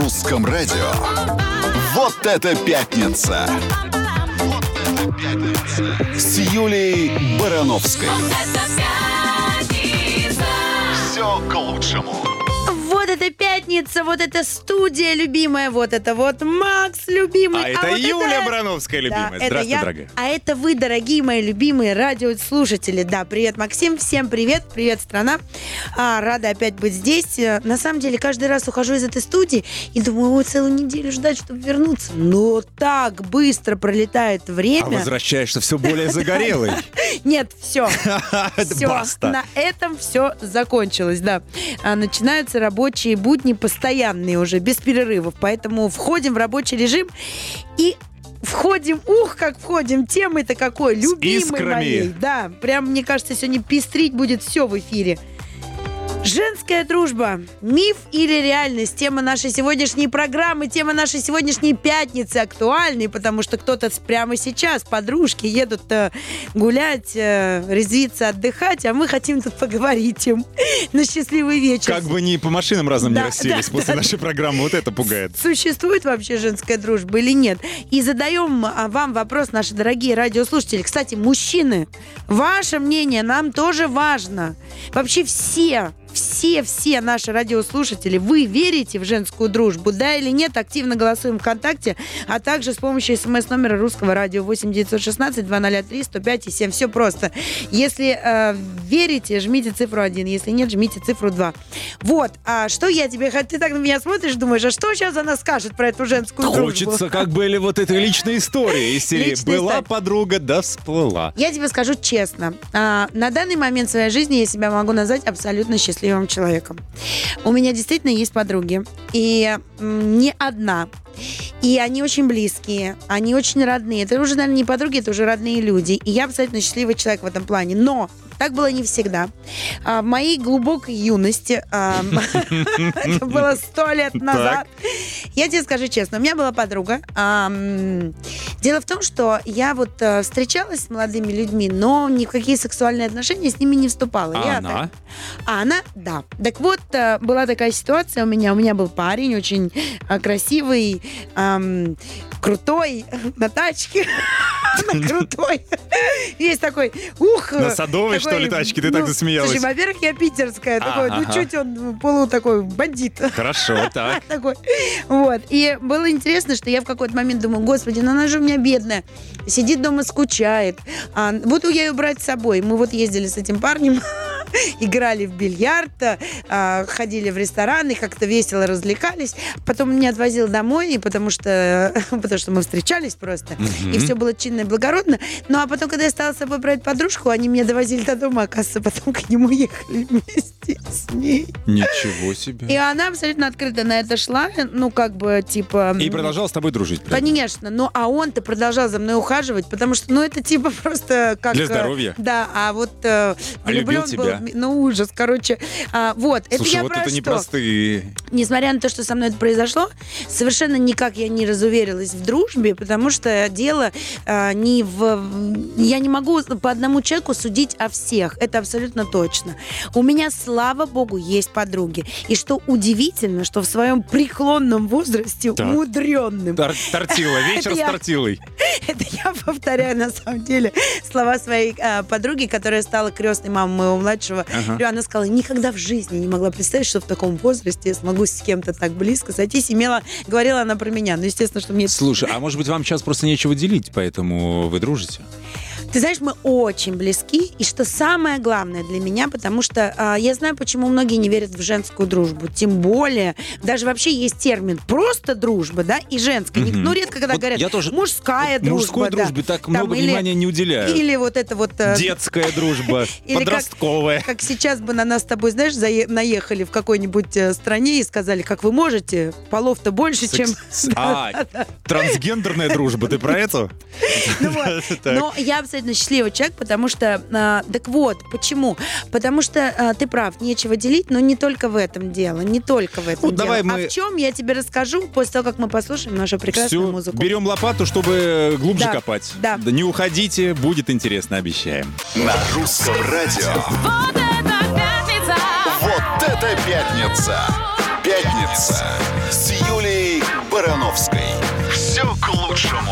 русском радио. Вот это пятница! Вот это пятница! С Юлией Барановской. Вот это пятница! Все к лучшему. Вот это пятница, вот это студия любимая, вот это вот Макс любимый. А это вот Юля это... Барановская любимая. Да, это Здравствуй, я. дорогая. А это вы, дорогие мои любимые радиослушатели. Да, привет, Максим, всем привет, привет, страна. Рада опять быть здесь. На самом деле, каждый раз ухожу из этой студии и думаю, ой, целую неделю ждать, чтобы вернуться. Но так быстро пролетает время. А возвращаешься все более загорелый. Нет, все. Все, Баста. на этом все закончилось, да. Начинаются рабочие будни постоянные уже, без перерывов. Поэтому входим в рабочий режим и входим, как входим, темой-то какой, любимой искрами. моей. Да, прям, мне кажется, сегодня пестрить будет все в эфире. Женская дружба. Миф или реальность? Тема нашей сегодняшней программы, тема нашей сегодняшней пятницы актуальной, потому что кто-то прямо сейчас, подружки, едут гулять, резвиться, отдыхать, а мы хотим тут поговорить им на счастливый вечер. Как бы ни по машинам разным не Да, расселись да, после да. нашей программы. Вот это пугает. Существует вообще женская дружба или нет? И задаем вам вопрос, наши дорогие радиослушатели. Кстати, мужчины, ваше мнение нам тоже важно. Вообще все наши радиослушатели, вы верите в женскую дружбу, да или нет? Активно голосуем ВКонтакте, а также с помощью смс-номера русского радио 8-916-203-105-7. Все просто. Если верите, жмите цифру 1, если нет, жмите цифру 2. Вот. А что я тебе... Ты так на меня смотришь, думаешь, а что сейчас она скажет про эту женскую дружбу? Хочется как бы или вот этой личной истории из серии Личная «Была история. подруга, да всплыла». Я тебе скажу честно, на данный момент своей жизни я себя могу назвать абсолютно счастливым человеком. У меня действительно есть подруги, и не одна. И они очень близкие, они очень родные. Это уже, наверное, не подруги, это уже родные люди. И я абсолютно счастливый человек в этом плане. Но так было не всегда. В моей глубокой юности, это было 100 лет назад, я тебе скажу честно, у меня была подруга. Дело в том, что я вот встречалась с молодыми людьми, но ни в какие сексуальные отношения с ними не вступала. А она? Да. Так вот, была такая ситуация у меня. У меня был парень очень красивый, крутой, на тачке. Крутой. Весь такой, На Садовой, что ли, тачке? Ты так засмеялась. Слушай, во-первых, я питерская. Такой, Ага. чуть он полу такой бандит. Хорошо, так. Такой. Вот. И было интересно, что я в какой-то момент думаю, господи, ну она же у меня бедная. Сидит дома, скучает. Буду я ее брать с собой. Мы вот ездили с этим парнем, играли в бильярд, ходили в рестораны, как-то весело развлекались. Потом меня отвозил домой, потому что мы встречались просто. И все было чинно и благородно. Ну, а потом, когда я стала с собой брать подружку, они меня довозили до дома, оказывается, потом к нему ехали вместе с ней. Ничего И себе. она абсолютно открыто на это шла, ну, как бы, типа... И продолжала с тобой дружить. при этом. Конечно, ну, а он-то продолжал за мной ухаживать, потому что, ну, это типа просто как... Для здоровья. Да, а вот любил влюблен тебя. был, ну, ужас, короче. Вот, это Слушай, я вот про это что? непростые. Несмотря на то, что со мной это произошло, совершенно никак я не разуверилась в дружбе, потому что дело не в... Я не могу по одному человеку судить о всех, это абсолютно точно. У меня, слава богу, есть подруги. И что удивительно, что в своем преклонном возрасте, Так. умудренным, Тортила, вечер Это с я. тортилой. это я повторяю, на самом деле, слова своей подруги, которая стала крестной мамой моего младшего. Ага. И она сказала, никогда в жизни не могла представить, что в таком возрасте я смогу с кем-то так близко сойтись. Говорила она про меня. Ну, естественно, что мне... Слушай, а может быть, вам сейчас просто нечего делить, поэтому вы дружите? Ты знаешь, мы очень близки, и что самое главное для меня, потому что я знаю, почему многие не верят в женскую дружбу. Тем более, даже вообще есть термин просто дружба, да, и женская. Мгм. Ну, редко, когда Вот говорят я тоже мужская дружба. Мужской да. дружбе так Там много внимания не уделяю. Или вот это вот... Детская дружба, Или как- подростковая. Как сейчас бы на нас с тобой, знаешь, наехали в какой-нибудь стране и сказали, как вы можете, полов-то больше, чем... Трансгендерная дружба, ты про это? Ну вот. Так. Но я абсолютно счастливый человек, потому что... так вот, почему? Потому что ты прав, нечего делить, но не только в этом дело. Не только в этом Вот дело. давай А мы- в чем, я тебе расскажу после того, как мы послушаем нашу прекрасную Все, музыку. берем лопату, чтобы глубже Да, копать. да. Не уходите, будет интересно, обещаем. На русском радио. Вот это пятница! Вот это пятница! пятница» с Юлией Барановской. Все к лучшему.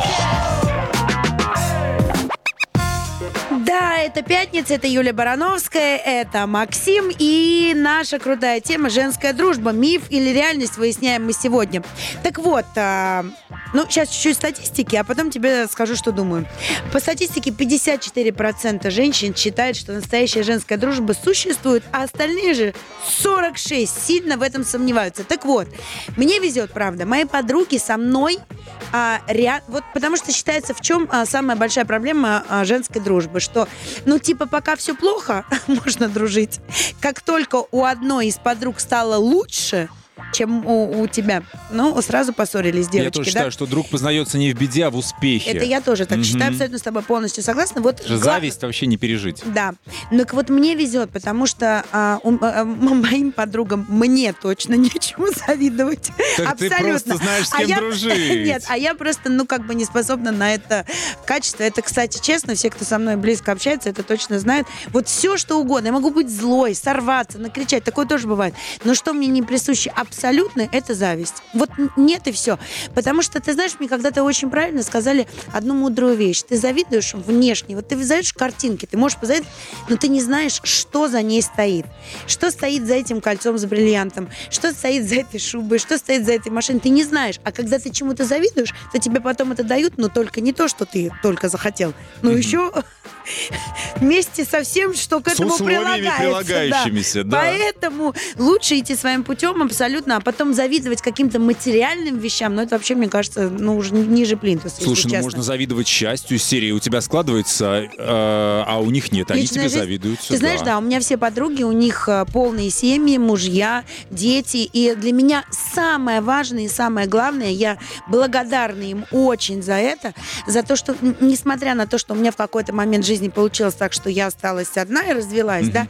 Да, это пятница, это Юлия Барановская, это Максим и наша крутая тема «Женская дружба. Миф или реальность?» выясняем мы сегодня. Так вот, сейчас чуть-чуть статистики, а потом тебе скажу, что думаю. По статистике 54% женщин считают, что настоящая женская дружба существует, а остальные же 46% сильно в этом сомневаются. Так вот, мне везет, правда. Мои подруги со мной вот потому что считается, в чем самая большая проблема женской дружбы, что, пока все плохо, можно дружить. Как только у одной из подруг стало лучше, чем у тебя, сразу поссорились девочки. Я тоже считаю, что друг познается не в беде, а в успехе. Это я тоже так считаю, абсолютно с тобой полностью согласна. Зависть вообще не пережить. Да. Но вот мне везет, потому что моим подругам мне точно нечему завидовать. Так абсолютно. Ты просто знаешь, с кем дружить. Нет, а я просто, не способна на это качество. Это, кстати, честно, все, кто со мной близко общается, это точно знают. Вот все, что угодно. Я могу быть злой, сорваться, накричать. Такое тоже бывает. Но что мне не присуще абсолютно, это зависть. Вот нет и все. Потому что, ты знаешь, мне когда-то очень правильно сказали одну мудрую вещь. Ты завидуешь внешне. Вот ты завидуешь картинки, ты можешь позавидовать, но ты не знаешь, что за ней стоит. Что стоит за этим кольцом с бриллиантом, что стоит за этой шубой, что стоит за этой машиной. Ты не знаешь. А когда ты чему-то завидуешь, то тебе потом это дают, но только не то, что ты только захотел, но еще вместе со всем, что к этому прилагающимися, да. Поэтому лучше идти своим путем абсолютно, а потом завидовать каким-то материальным вещам, но это вообще, мне кажется, уже ниже плинтуса. Слушай, можно завидовать счастью, серии у тебя складывается, а у них нет, они личная тебе жизнь. завидуют. Ты знаешь, да, у меня все подруги, у них полные семьи, мужья, дети, и для меня самое важное и самое главное, я благодарна им очень за это, за то, что, несмотря на то, что у меня в какой-то момент жизни получилось так, что я осталась одна и развелась, да,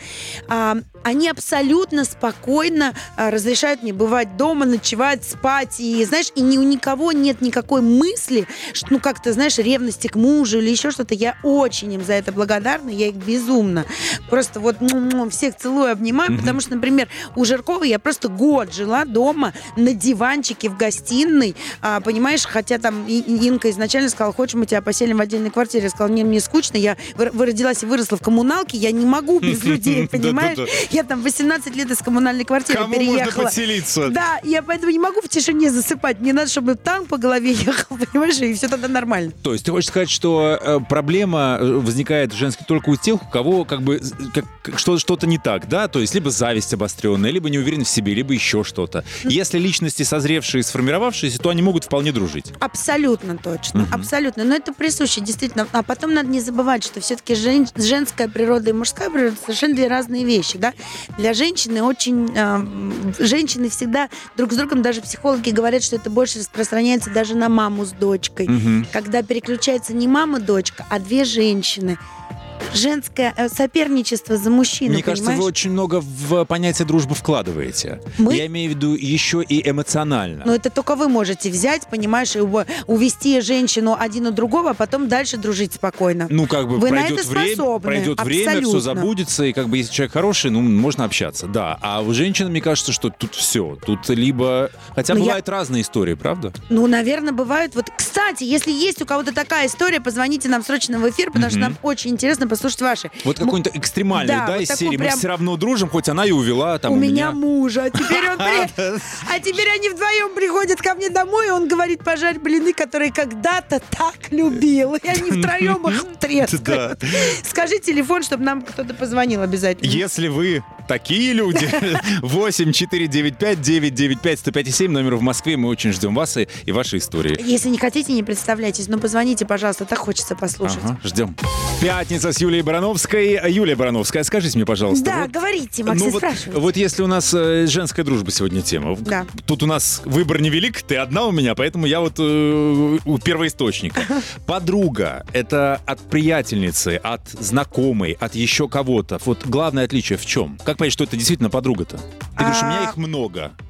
они абсолютно спокойно разрешают мне бывать дома, ночевать, спать, и, знаешь, и у никого нет никакой мысли, что, как-то, знаешь, ревности к мужу или еще что-то. Я очень им за это благодарна, я их безумно просто всех целую, обнимаю, потому что, например, у Жиркова я просто год жила дома на диванчике в гостиной, понимаешь, хотя там Инка изначально сказала: хочешь, мы тебя поселим в отдельной квартире? Я сказала: мне скучно, я родилась и выросла в коммуналке, я не могу без людей, понимаешь? Я там 18 лет из коммунальной квартиры переехала. Кому можно подселиться? Да, я поэтому не могу в тишине засыпать. Мне надо, чтобы танк по голове ехал, понимаешь, и все тогда нормально. То есть ты хочешь сказать, что проблема возникает женской только у тех, у кого что-то не так, да? То есть либо зависть обостренная, либо неуверенность в себе, либо еще что-то. Если личности созревшие, сформировавшиеся, то они могут вполне дружить. Абсолютно точно, абсолютно. Но это присуще, действительно. А потом надо не забывать, что все-таки женская природа и мужская природа совершенно две разные вещи, да? Для женщины женщины всегда друг с другом, даже психологи говорят, что это больше распространяется даже на маму с дочкой. Когда переключается не мама-дочка, а две женщины. Женское соперничество за мужчину, Мне кажется, вы очень много в понятие дружбы вкладываете. Я имею в виду еще и эмоционально. Но это только вы можете взять, понимаешь, и увести женщину один у другого, а потом дальше дружить спокойно. Вы на это способны. Пройдет время, все забудется, и если человек хороший, можно общаться, да. А у женщин, мне кажется, что тут все. Тут либо... Хотя бывают разные истории, правда? Наверное, бывают. Вот, кстати, если есть у кого-то такая история, позвоните нам срочно в эфир, потому что нам очень интересно послушать ваши. Вот какой-нибудь экстремальный, да, из серии. Мы все равно дружим, хоть она и увела. Там, у меня мужа, а теперь они вдвоем приходят ко мне домой, и он говорит: пожарь блины, которые когда-то так любил. И они втроем их трескают. Скажи телефон, чтобы нам кто-то позвонил обязательно. Если вы такие люди, 8-495-995-105-7, номер в Москве, мы очень ждем вас и ваши истории. Если не хотите, не представляйтесь, но позвоните, пожалуйста, так хочется послушать. Ждем. Пятница с Юлией Барановской. Юлия Барановская, скажите мне, пожалуйста. Да, говорите, Максим, спрашивайте. Вот если у нас женская дружба сегодня тема. Да. Тут у нас выбор невелик, ты одна у меня, поэтому я у первоисточника. Подруга — это от приятельницы, от знакомой, от еще кого-то. Вот главное отличие в чем? Как понять, что это действительно подруга-то? Ты говоришь, у меня их много.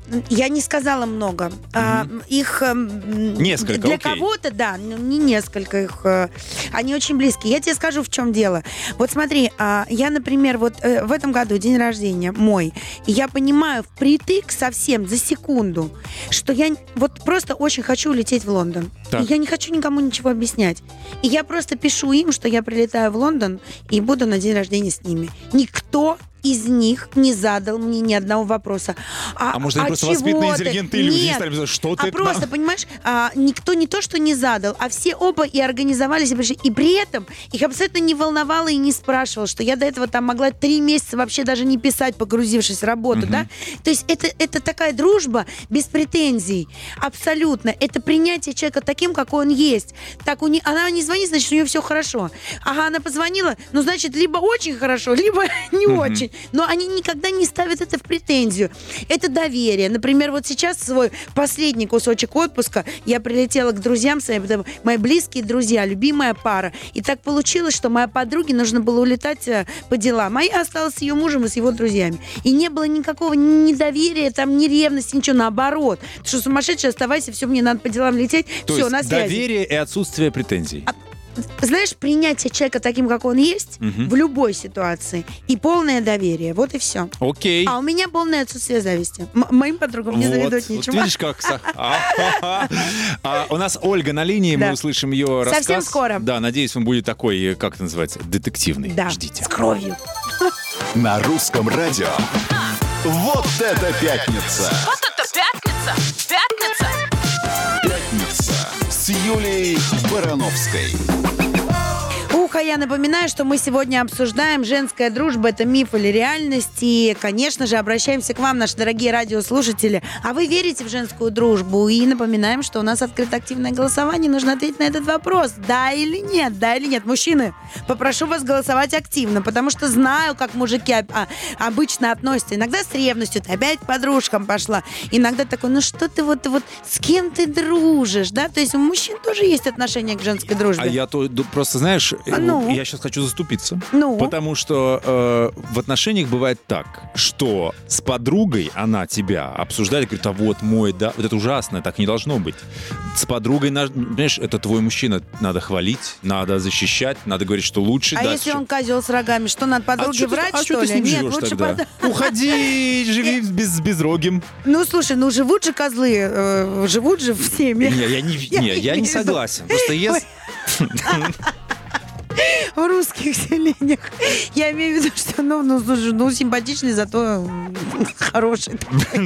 Я не сказала много. Их Несколько, для окей. кого-то, да, не несколько их. Они очень близкие. Я тебе скажу, в чем дело. Вот смотри, я, например, вот в этом году день рождения мой, и я понимаю впритык совсем за секунду, что я вот просто очень хочу улететь в Лондон. Так. И я не хочу никому ничего объяснять. И я просто пишу им, что я прилетаю в Лондон и буду на день рождения с ними. Никто из них не задал мне ни одного вопроса. А может, они просто чего воспитанные, ты? интеллигентные люди? Нет. Стали писать, что ты... Просто, понимаешь, никто не то, что не задал, а все оба и организовались, и пришли. И при этом их абсолютно не волновало и не спрашивал, что я до этого там могла 3 месяца вообще даже не писать, погрузившись в работу, да? То есть это такая дружба без претензий. Абсолютно. Это принятие человека таким, какой он есть. Так, она не звонит, значит, у нее все хорошо. Ага, она позвонила, ну, значит, либо очень хорошо, либо не очень. Но они никогда не ставят это в претензию. Это доверие. Например, вот сейчас свой последний кусочек отпуска я прилетела к друзьям своим, мои близкие друзья, любимая пара. И так получилось, что моей подруге нужно было улетать по делам. А я осталась с ее мужем и с его друзьями. И не было никакого ни недоверия, там, ни ревности, ничего, наоборот. Потому что сумасшедшая, оставайся, все, мне надо по делам лететь. То Все, есть на связи. доверие и отсутствие претензий. Знаешь, принятие человека таким, как он есть, в любой ситуации, и полное доверие. Вот и все. Окей. А у меня полное отсутствие зависти. Моим подругам не завидовать Вот нечего. видишь, как... У нас Ольга на линии, мы Да. услышим ее рассказ. Совсем скоро. Да, надеюсь, он будет такой, как это называется, детективный. Да, Ждите. с кровью. На русском радио. Вот это пятница! Вот это пятница! Пятница! Пятница с Юлией Барановской. А я напоминаю, что мы сегодня обсуждаем, женская дружба – это миф или реальность. И, конечно же, обращаемся к вам, наши дорогие радиослушатели. А вы верите в женскую дружбу? И напоминаем, что у нас открыто активное голосование. Нужно ответить на этот вопрос. Да или нет? Да или нет? Мужчины, попрошу вас голосовать активно, потому что знаю, как мужики обычно относятся. Иногда с ревностью. Ты опять к подружкам пошла. Иногда такой, ну что ты вот с кем ты дружишь? Да? То есть у мужчин тоже есть отношение к женской дружбе. А я просто, знаешь, ну? я сейчас хочу заступиться. Ну? Потому что в отношениях бывает так, что с подругой она тебя обсуждает, говорит, а вот мой, да, вот это ужасно, так не должно быть. С подругой, понимаешь, это твой мужчина, надо хвалить, надо защищать, надо говорить, что лучше. А дальше. если он козел с рогами, что надо подруге врать, а что ты ли? с ним Нет, живешь лучше тогда? Уходи, живи с безрогим. Ну, слушай, ну живут же козлы, живут же в семьях. Я не согласен. Просто если... В русских селениях. Я имею в виду, что, слушай, симпатичный, зато хороший.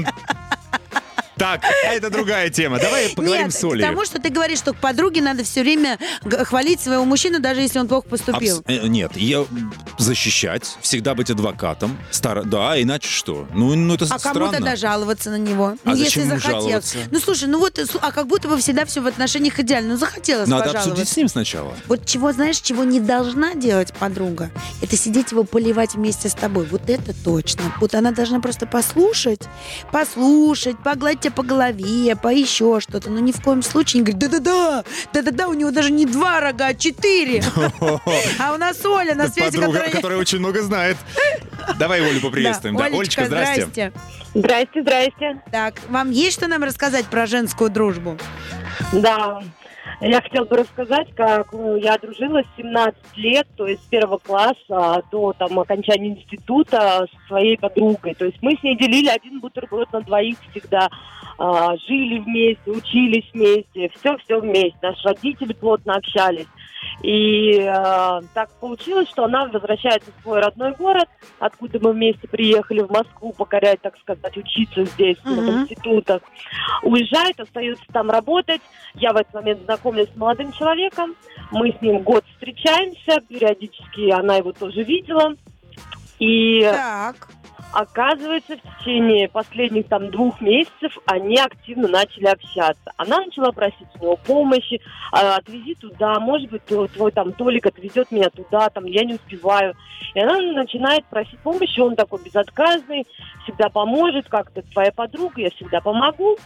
Так, это другая тема. Давай поговорим Нет, с Олей. потому что ты говоришь, что к подруге надо все время хвалить своего мужчину, даже если он плохо поступил. Нет, ее защищать, всегда быть адвокатом. Да, иначе что? Ну это А странно. кому тогда жаловаться на него? А Если зачем ему захотел. жаловаться? Ну, слушай, как будто бы всегда все в отношениях идеально. Ну, захотелось Надо пожаловаться. обсудить с ним сначала. Вот чего не должна делать подруга, это сидеть его поливать вместе с тобой. Вот это точно. Вот она должна просто послушать, погладить тебя по голове, по еще что-то. Но ни в коем случае не говорит, да-да-да, у него даже не 2 рога, а 4. А у нас Оля на связи, Подруга, которая очень много знает. Давай Олю поприветствуем. Да, Олечка, здрасте. Здрасте. Так, вам есть что нам рассказать про женскую дружбу? Да, я хотела бы рассказать, как я дружила с 17 лет, то есть с 1 класса до окончания института со своей подругой. То есть мы с ней делили один бутерброд на двоих всегда. Жили вместе, учились вместе, все вместе. Наши родители плотно общались. И так получилось, что она возвращается в свой родной город, откуда мы вместе приехали в Москву покорять, так сказать, учиться здесь, в институтах. Уезжает, остается там работать. Я в этот момент знакомлюсь с молодым человеком. Мы с ним год встречаемся, периодически она его тоже видела. И Так. оказывается, в течение последних 2 месяцев они активно начали общаться. Она начала просить у него помощи, отвези туда, может быть, твой Толик отвезет меня туда, я не успеваю. И она начинает просить помощи, он такой безотказный, всегда поможет, как-то твоя подруга, я всегда помогу.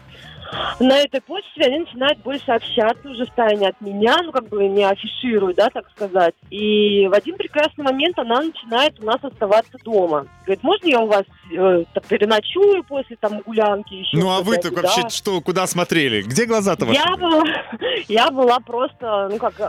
на этой почве они начинают больше общаться уже втайне от меня, ну, как бы не афишируют, да, так сказать. И в один прекрасный момент она начинает у нас оставаться дома. Говорит, можно я у вас переночую после там гулянки? Еще Ну, а вы-то вообще что, куда смотрели? Где глаза-то ваши? Я была просто,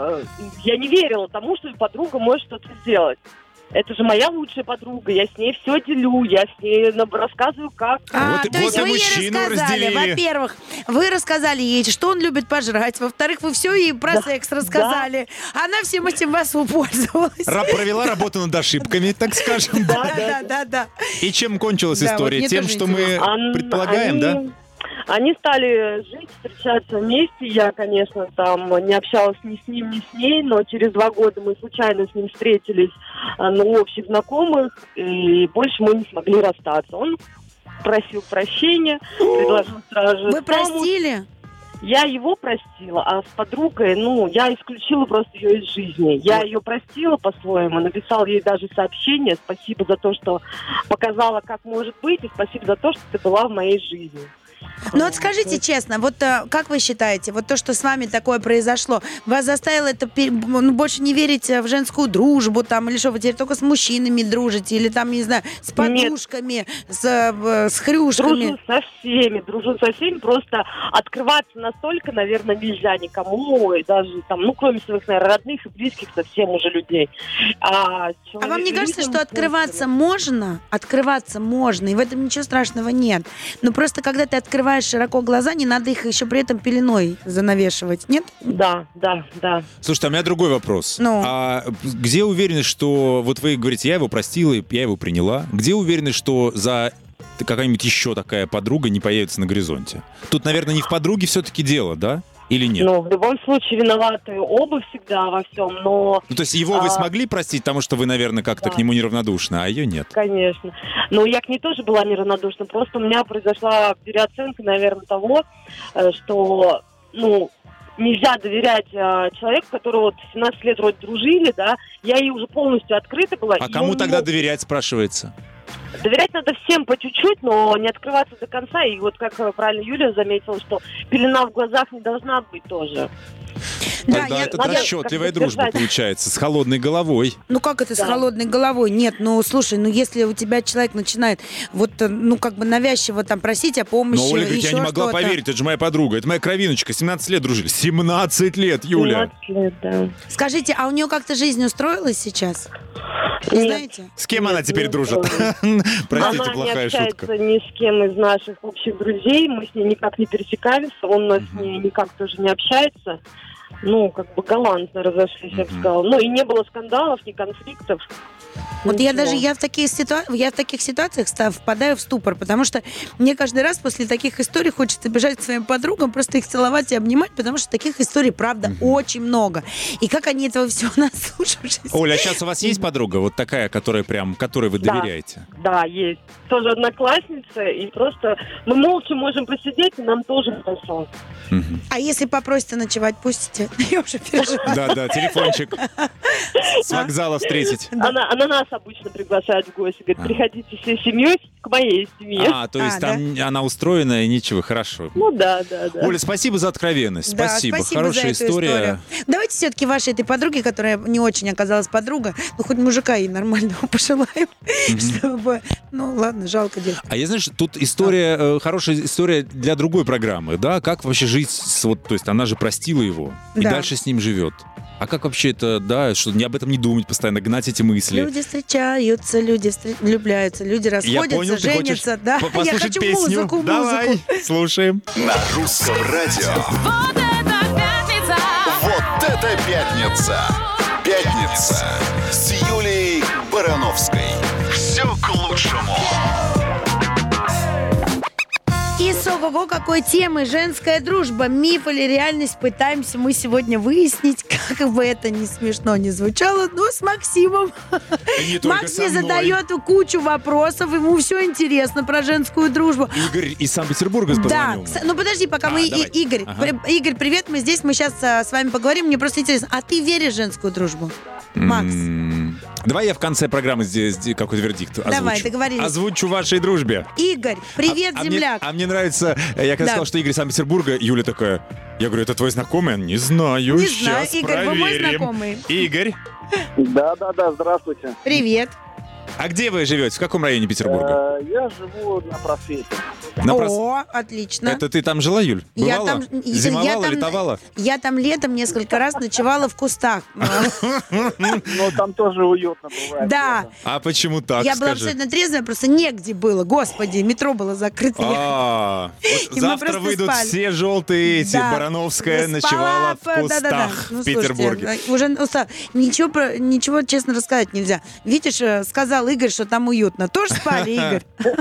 я не верила тому, что подруга может что-то сделать. Это же моя лучшая подруга, я с ней все делю, я с ней рассказываю, как... То есть и вы ей мужчину рассказали, разделили. во-первых, вы рассказали ей, что он любит пожрать, во-вторых, вы все ей про секс рассказали, она всем этим вас пользовалась. Провела работу над ошибками, так скажем. Да. И чем кончилась Да, история? вот мне Тем, тоже что мы предполагаем, да? Они стали жить, встречаться вместе. Я, конечно, там не общалась ни с ним, ни с ней, но через 2 года мы случайно с ним встретились на общих знакомых, и больше мы не смогли расстаться. Он просил прощения, предложил сразу же Вы простили? Я его простила, а с подругой, я исключила просто ее из жизни. Я ее простила по-своему, написала ей даже сообщение: спасибо за то, что показала, как может быть, и спасибо за то, что ты была в моей жизни. Ну вот скажите честно, вот как вы считаете, вот то, что с вами такое произошло, вас заставило это больше не верить в женскую дружбу там, или что, вы теперь только с мужчинами дружите, или там, не знаю, с подружками, с хрюшками? Дружу со всеми, просто открываться настолько, наверное, нельзя никому, и даже там, кроме своих, наверное, родных и близких совсем уже людей. А вам не кажется, что открываться можно, и в этом ничего страшного нет, но просто когда ты открываешь широко глаза, не надо их еще при этом пеленой занавешивать, нет? Да. Слушайте, а у меня другой вопрос. А где уверенность, что, вот вы говорите, я его простила, я его приняла, где уверенность, что за какая-нибудь еще такая подруга не появится на горизонте? Тут, наверное, не в подруге все-таки дело, да? Или нет? В любом случае виноваты оба всегда во всем, но... То есть его вы смогли простить, потому что вы, наверное, как-то к нему неравнодушны, а ее нет? Конечно. Я к ней тоже была неравнодушна. Просто у меня произошла переоценка, наверное, того, что, нельзя доверять человеку, которого 17 лет вроде дружили, да. Я ей уже полностью открыта была. А кому тогда доверять, спрашивается? Доверять надо всем по чуть-чуть, но не открываться до конца. И вот как правильно Юлия заметила, что пелена в глазах не должна быть тоже. Тогда это расчетливая дружба получается, с холодной головой. Как это с холодной головой? Нет, слушай, если у тебя человек начинает навязчиво там просить о помощи, Но Оля говорит, я не могла поверить, это же моя подруга, это моя кровиночка, 17 лет дружили. 17 лет, Юля! 17 лет, да. Скажите, а у нее как-то жизнь устроилась сейчас? Не знаете? С кем она теперь дружит? Простите, плохая шутка. Она не общается ни с кем из наших общих друзей, мы с ней никак не пересекаемся, он с ней никак тоже не общается. Галантно разошлись, я бы сказала. И не было скандалов, ни конфликтов. Вот я в таких ситуациях впадаю в ступор, потому что мне каждый раз после таких историй хочется бежать к своим подругам, просто их целовать и обнимать, потому что таких историй, правда, очень много. И как они этого всего наслушавшись. Оля, а сейчас у вас есть подруга вот такая, которой вы доверяете? Да, есть. Тоже одноклассница, и просто мы молча можем посидеть, и нам тоже хорошо. А если попросите ночевать, пустите? Я уже переживаю. Да, телефончик. С вокзала встретить. Она нас обычно приглашает в гости. Говорит, приходите всей семьей к моей семье. То есть там она устроена, и ничего, хорошо. Да. Оля, спасибо за откровенность. Спасибо, хорошая история. Давайте все-таки вашей этой подруге, которая не очень оказалась подруга, хоть мужика ей нормального пожелаем, чтобы... ладно, жалко делать. А я, знаешь, тут история, хорошая история для другой программы, да? Как вообще жить, то есть она же простила его, и дальше с ним живет. А как вообще это, что не об этом не думать постоянно, гнать эти мысли? Люди встречаются, люди влюбляются, люди расходятся, женятся. Да? Я хочу песню. музыку. Давай, слушаем. На русском радио. Вот это пятница! Вот это пятница! Пятница с Юлией Барановской. Все к лучшему. И ого-го, какой темы женская дружба, миф или реальность, пытаемся мы сегодня выяснить, как бы это ни смешно не звучало, но с Максимом. Макс мне задает кучу вопросов, ему все интересно про женскую дружбу. Игорь из Санкт-Петербурга позвонил. Да, подожди, пока мы... Игорь, Игорь, привет, мы здесь, мы сейчас с вами поговорим, мне просто интересно, а ты веришь в женскую дружбу, Макс? Давай я в конце программы здесь какой-то вердикт озвучу. Давай, договорились. Озвучу вашей дружбе. Игорь, привет, земляк. Мне нравится, я когда сказал, что Игорь из Санкт-Петербурга, Юля такая, я говорю, это твой знакомый? Не знаю, Не сейчас знаю, Игорь, вы мой проверим. знакомый. Игорь, Да, здравствуйте. Привет. а где вы живете? В каком районе Петербурга? Я живу на просвете. О, отлично. Это ты там жила, Юль? Я Бывала? там- Зимовала, я там- летовала? Я там летом несколько раз ночевала в кустах. Но там тоже уютно бывает. Да, А почему так, я была скажи? абсолютно трезвая, просто негде было. Господи, метро было закрыто. Вот И мы завтра просто выйдут спали. все желтые эти. Да. Барановская Спала ночевала в да-да-да. кустах Ну, в Петербурге. слушайте, уже устала. Ничего, честно, рассказать нельзя. Видишь, сказал Игорь, что там уютно. Тоже спали, Игорь?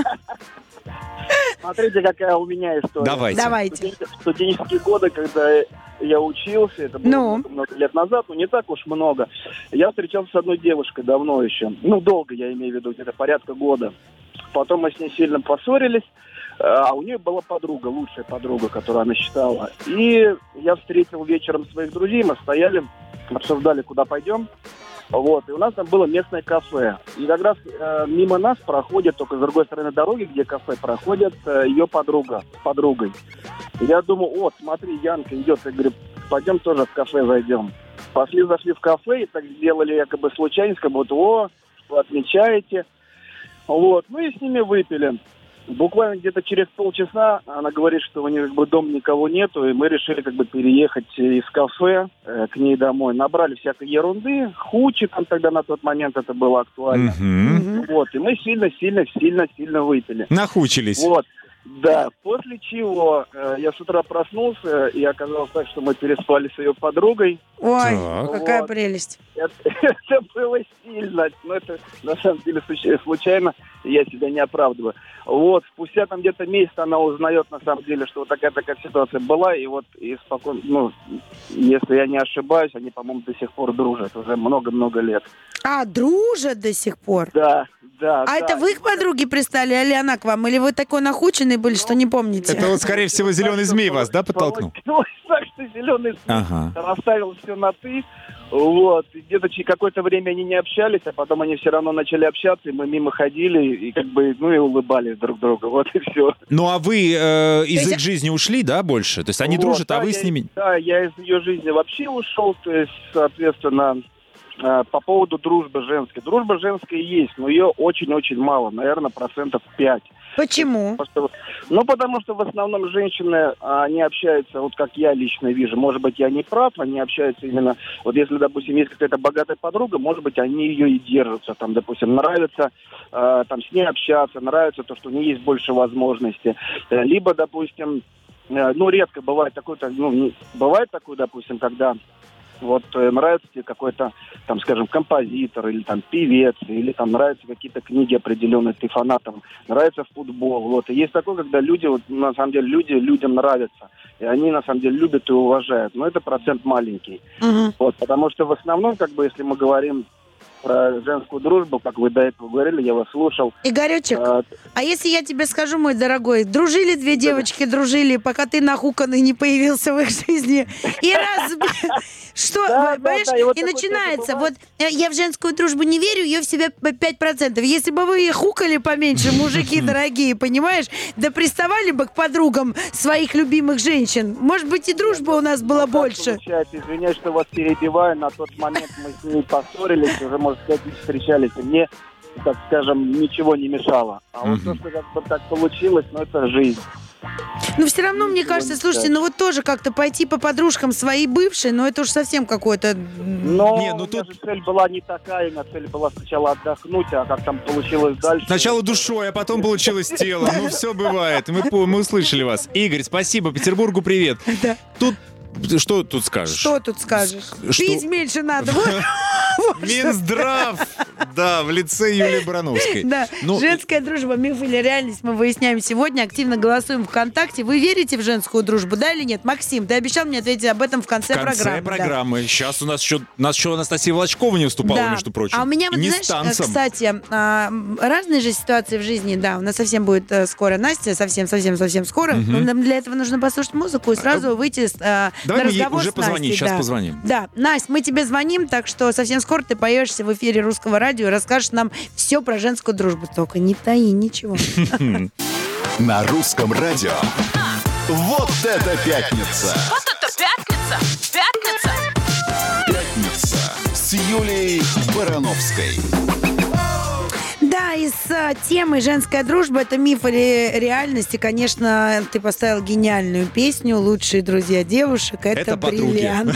Смотрите, какая у меня история. Давайте. В студенческие годы, когда я учился, это было много лет назад, но не так уж много, я встречался с одной девушкой давно еще. Ну, долго, я имею в виду, где-то порядка года. Потом мы с ней сильно поссорились, а у нее была подруга, лучшая подруга, которую она считала. И я встретил вечером своих друзей, мы стояли, обсуждали, куда пойдем. Вот, и у нас там было местное кафе. И как раз мимо нас проходит, только с другой стороны дороги, где кафе, проходит ее подруга с подругой. И я думаю, вот, смотри, Янка идет. Я говорю, пойдем тоже в кафе зайдем. Зашли в кафе и так сделали якобы случайность, как будто, о, вы отмечаете. Вот, ну и с ними выпили. Буквально где-то через полчаса она говорит, что у нее как бы дома никого нету, и мы решили как бы переехать из кафе к ней домой. Набрали всякой ерунды, хучи там тогда на тот момент это было актуально. Вот, и мы сильно выпили. Нахучились. Вот. Да, после чего я с утра проснулся, и оказалось так, что мы переспали с ее подругой. Ой, Так. какая Вот. прелесть. Это было сильно, но это на самом деле случайно, я себя не оправдываю. Вот, спустя там где-то месяц она узнает на самом деле, что вот такая ситуация была, и вот и спокойно, ну, если я не ошибаюсь, они, по-моему, до сих пор дружат, уже много-много лет. А, дружат до сих пор? Да. А это вы к подруге пристали, или она к вам? Или вы такой нахученный были, что не помните? Это вот, скорее всего, зеленый змей вас, да, подтолкнул? Так что зеленый змей Ага. расставил все на «ты». Вот, и где-то через какое-то время они не общались, а потом они все равно начали общаться, и мы мимо ходили, и как бы, ну и улыбались друг другу, вот и все. Ну, а вы из есть- их жизни ушли, да, больше? То есть они Вот, дружат, а да, вы с ними... Да, я из ее жизни вообще ушел, то есть, соответственно, по поводу дружбы женской. Дружба женская есть, но ее очень-очень мало, наверное, 5%. Почему? Потому что в основном женщины, они общаются, вот как я лично вижу, может быть, я не прав, они общаются именно, вот если, допустим, есть какая-то богатая подруга, может быть, они ее и держатся, там, допустим, нравится там с ней общаться, нравится то, что у нее есть больше возможностей. Либо, допустим, ну, редко бывает такое, бывает такое, допустим, когда вот нравится тебе какой-то, там, скажем, композитор или там певец, или там нравятся какие-то книги определенные, ты фанатом, нравится футбол, вот. И есть такое, когда люди, вот, на самом деле, людям нравятся, и они, на самом деле, любят и уважают, но это процент маленький. Вот, потому что в основном, как бы, если мы говорим про женскую дружбу, как вы до этого говорили, я вас слушал. Игоречек, а если я тебе скажу, мой дорогой, дружили две девочки, дружили, пока ты нахуканный не появился в их жизни, и раз... Что, понимаешь, да, и вот и такое начинается, тоже вот я в женскую дружбу не верю, ее в себя 5%. Если бы вы хукали поменьше, мужики дорогие, понимаешь, да приставали бы к подругам своих любимых женщин, может быть, и дружба у нас была больше. Получается, извиняюсь, что вас перебиваю, на тот момент мы с ней поссорились, уже, можно сказать, не встречались, и мне, так скажем, ничего не мешало. А вот то, что как бы так получилось, это жизнь. Ну, все равно, мне кажется, слушайте, ну вот тоже как-то пойти по подружкам своей бывшей, но это уж совсем какое-то... Но Не, ну у меня тут- же цель была не такая, у меня цель была сначала отдохнуть, а как там получилось дальше... Сначала душой, а потом получилось тело. Ну, все бывает. Мы услышали вас. Игорь, спасибо. Петербургу привет. Да. Тут... Что тут скажешь? Что тут скажешь? Что? Пить меньше надо. Вот что. Минздрав! Да, в лице Юлии Барановской. Да, Ну, женская дружба, миф или реальность, мы выясняем сегодня. Активно голосуем ВКонтакте. Вы верите в женскую дружбу, да или нет? Максим, ты обещал мне ответить об этом в конце в конце программы. программы. Сейчас у нас еще Анастасия Волочкова не выступала, Да. между прочим. А у меня, И вот, не знаешь, с танцем. кстати, разные же ситуации в жизни, да, у нас совсем будет скоро Настя, совсем скоро. Но нам для этого нужно послушать музыку и сразу выйти на Давай мы ей разговор уже с позвоним, Настей. сейчас да. позвоним. Да, Настя, мы тебе звоним, так что совсем скоро скоро ты появишься в эфире Русского радио и расскажешь нам все про женскую дружбу. Только не таи ничего. На Русском радио. Вот это пятница! Вот это пятница! Пятница! Пятница с Юлией Барановской. Да, из темы «Женская дружба» — это миф или реальность. И, конечно, ты поставил гениальную песню «Лучшие друзья девушек». Это бриллиант.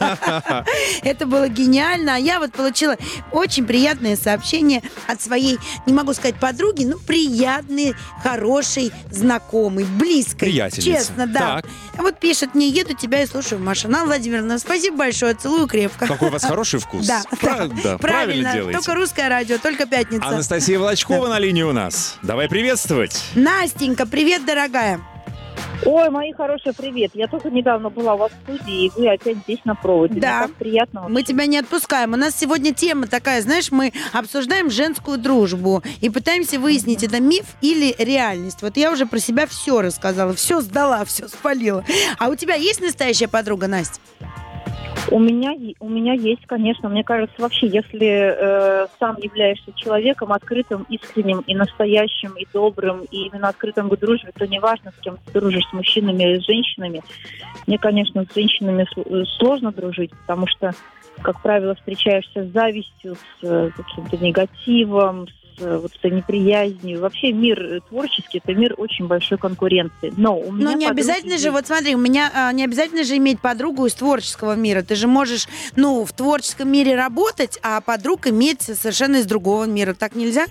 Это было гениально. А я вот получила очень приятное сообщение от своей, не могу сказать подруги, но приятной, хорошей, знакомой, близкой. Приятельницы. Честно, да. Так. Вот пишет мне: еду тебя и слушаю, Маша. Анна Владимировна, спасибо большое, целую крепко. Какой у вас хороший вкус. Да, Правильно делаете. Только Русское радио, только пятница. Анастасия Волочкова на линии у нас. Давай приветствовать. Настенька, привет, дорогая. Ой, мои хорошие, привет. Я только недавно была у вас в студии, и вы опять здесь на проводе. Да. Мне так приятно. Мы тебя не отпускаем. У нас сегодня тема такая, знаешь, мы обсуждаем женскую дружбу и пытаемся выяснить, это миф или реальность. Вот я уже про себя все рассказала, все сдала, все спалила. А у тебя есть настоящая подруга, Настя? У меня есть, конечно. Мне кажется, вообще, если сам являешься человеком открытым, искренним и настоящим, и добрым, и именно открытым к дружбе, то неважно, с кем ты дружишь, с мужчинами или с женщинами. Мне, конечно, с женщинами сложно дружить, потому что, как правило, встречаешься с завистью, с каким-то негативом, вот этой неприязнью. Вообще мир творческий, это мир очень большой конкуренции. Но не обязательно же, вот смотри, у меня не обязательно же иметь подругу из творческого мира. Ты же можешь, в творческом мире работать, а подруг иметь совершенно из другого мира. Так нельзя?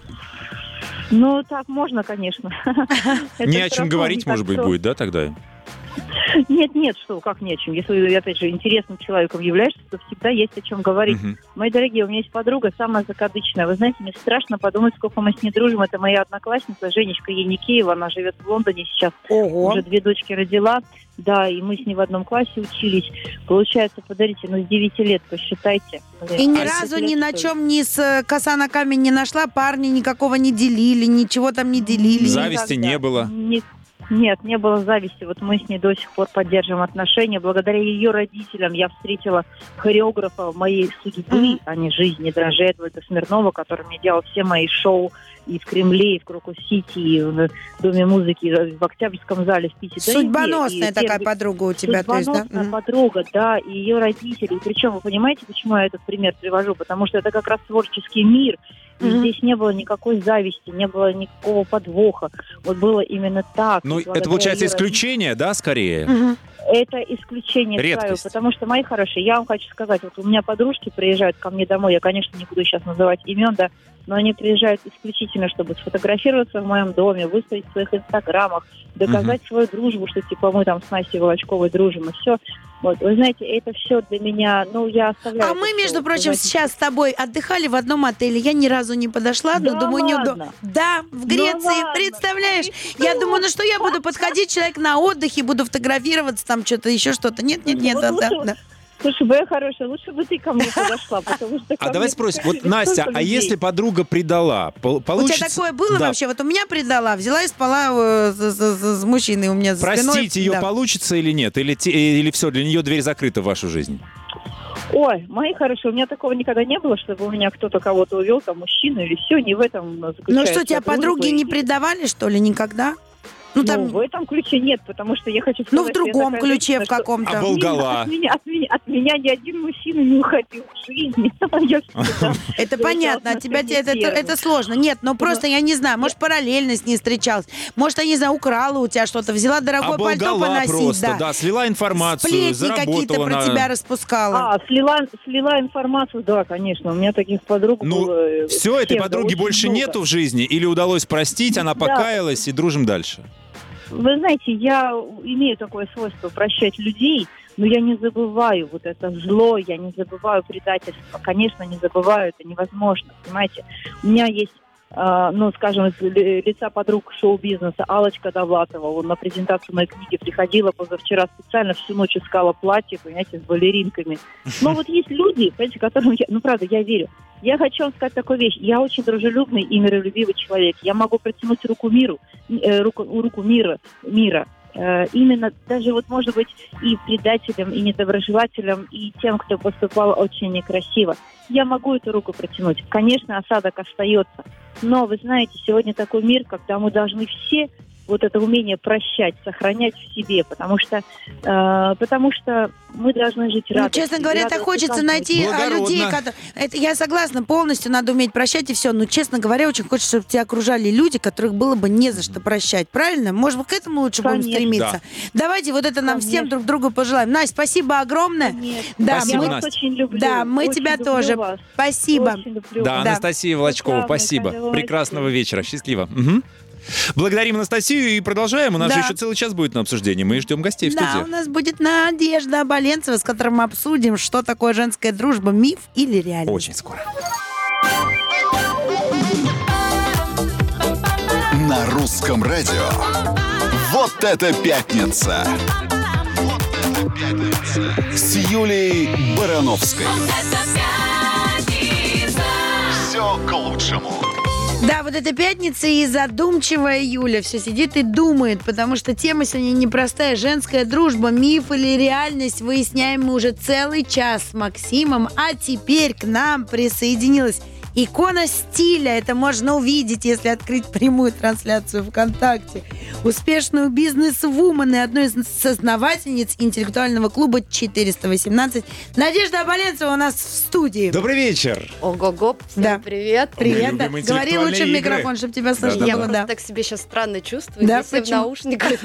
Так можно, конечно. Не о чем говорить, может быть, будет, да, тогда? Нет, что, как не о чем. Если, опять же, интересным человеком являешься, то всегда есть о чем говорить. Мои дорогие, у меня есть подруга, самая закадычная. Вы знаете, мне страшно подумать, сколько мы с ней дружим. Это моя одноклассница Женечка Еникеева. Она живет в Лондоне сейчас. Ого. Уже 2 дочки родила. Да, и мы с ней в одном классе учились. Получается, подождите, с 9 лет, посчитайте. И ни разу ни на чем с коса на камень не нашла, парни никакого не делили, ничего там не делили. Зависти не было. Нет, не было зависти. Вот мы с ней до сих пор поддерживаем отношения. Благодаря ее родителям я встретила хореографа моей судьбы, а не жизни, даже Эдварда Смирнова, который мне делал все мои шоу и в Кремле, и в Крокус-Сити, и в Доме музыки, в Октябрьском зале в Питере. Судьбоносная такая подруга у тебя, то есть, да? Судьбоносная подруга, да, и ее родители. Причем, вы понимаете, почему я этот пример привожу? Потому что это как раз творческий мир. И здесь не было никакой зависти, не было никакого подвоха. Вот было именно так. Это получается исключение, да, скорее? Это исключение, редкость. Потому что, мои хорошие, я вам хочу сказать, вот у меня подружки приезжают ко мне домой, я, конечно, не буду сейчас называть имен, да, но они приезжают исключительно, чтобы сфотографироваться в моем доме, выставить в своих инстаграмах, доказать свою дружбу, что типа мы там с Настей Волочковой дружим, и все. Вот, вы знаете, это все для меня, я оставляю. А мы, между прочим, сейчас с тобой отдыхали в одном отеле. Я ни разу не подошла, но думаю, неудобно. Да, в Греции, представляешь? Я думаю, что я буду подходить, человек на отдыхе, буду фотографироваться, там что-то, еще что-то. Нет, да. Слушай, моя хорошая, лучше бы ты ко мне подошла, потому что... давай спросим, вот, Настя, а если подруга предала, получится... У тебя такое было вообще? Вот у меня предала, взяла и спала с мужчиной у меня за спиной. Простить ее получится или нет? Или все, для нее дверь закрыта в вашу жизнь? Ой, мои хорошие, у меня такого никогда не было, чтобы у меня кто-то кого-то увел, там, мужчину или все, не в этом заключается. Ну что, тебя подруги не предавали, что ли, никогда? В этом ключе нет, потому что я хочу сказать... в другом ключе в каком-то. Оболгала. От меня ни один мужчина не уходил в жизни. Это понятно, от тебя это сложно. Нет, просто я не знаю, может, параллельно с ней встречалась. Может, я не знаю, украла у тебя что-то, взяла дорогое пальто поносить. Просто, да, слила информацию, сплетни какие-то про тебя распускала. Слила информацию, да, конечно. У меня таких подруг было... Все, этой подруги больше нету в жизни? Или удалось простить, она покаялась и дружим дальше? Вы знаете, я имею такое свойство прощать людей, но я не забываю вот это зло, я не забываю предательство. Конечно, не забываю, это невозможно, понимаете. У меня есть, скажем, из лица подруг шоу-бизнеса Аллочка Довлатова. Он на презентацию моей книги приходила позавчера специально, всю ночь искала платье, понимаете, с балеринками. Но вот есть люди, понимаете, которым правда, я верю. Я хочу вам сказать такую вещь. Я очень дружелюбный и миролюбивый человек. Я могу протянуть руку мира. именно даже вот, может быть, и предателям, и недоброжелателям, и тем, кто поступал очень некрасиво. Я могу эту руку протянуть. Конечно, осадок остается. Но, вы знаете, сегодня такой мир, когда мы должны все вот это умение прощать, сохранять в себе, потому что мы должны жить радостью. Ну, честно говоря, так хочется найти людей, это я согласна, полностью надо уметь прощать и все. Но, честно говоря, очень хочется, чтобы тебя окружали люди, которых было бы не за что прощать. Правильно? Может быть, к этому лучше будем стремиться? Да. Давайте вот это нам всем друг другу пожелаем. Настя, спасибо огромное. Да, спасибо, я вас очень люблю. Да, мы очень тебя тоже. Вас. Спасибо. Да, Анастасия Волочкова, спасибо. Прекрасного вечера. Счастливо. Угу. Благодарим Анастасию и продолжаем. У нас же еще целый час будет на обсуждение. Мы ждем гостей в студии. Да, у нас будет Надежда Оболенцева, с которой мы обсудим, что такое женская дружба, миф или реальность. Очень скоро. На русском радио. Вот это пятница! С Юлией Барановской. Все к лучшему. Да, вот эта пятница, и задумчивая Юля все сидит и думает, потому что тема сегодня непростая. Женская дружба, миф или реальность, выясняем мы уже целый час с Максимом, а теперь к нам присоединилась икона стиля. Это можно увидеть, если открыть прямую трансляцию ВКонтакте. Успешную бизнес-вумен и одной из соосновательниц интеллектуального клуба 418. Надежда Оболенцева у нас в студии. Добрый вечер. Ого-го, всем привет. Привет. Да. Говори лучше в микрофон, чтобы тебя слышно Я было. просто так себя сейчас странно чувствую. Да, здесь все в наушниках.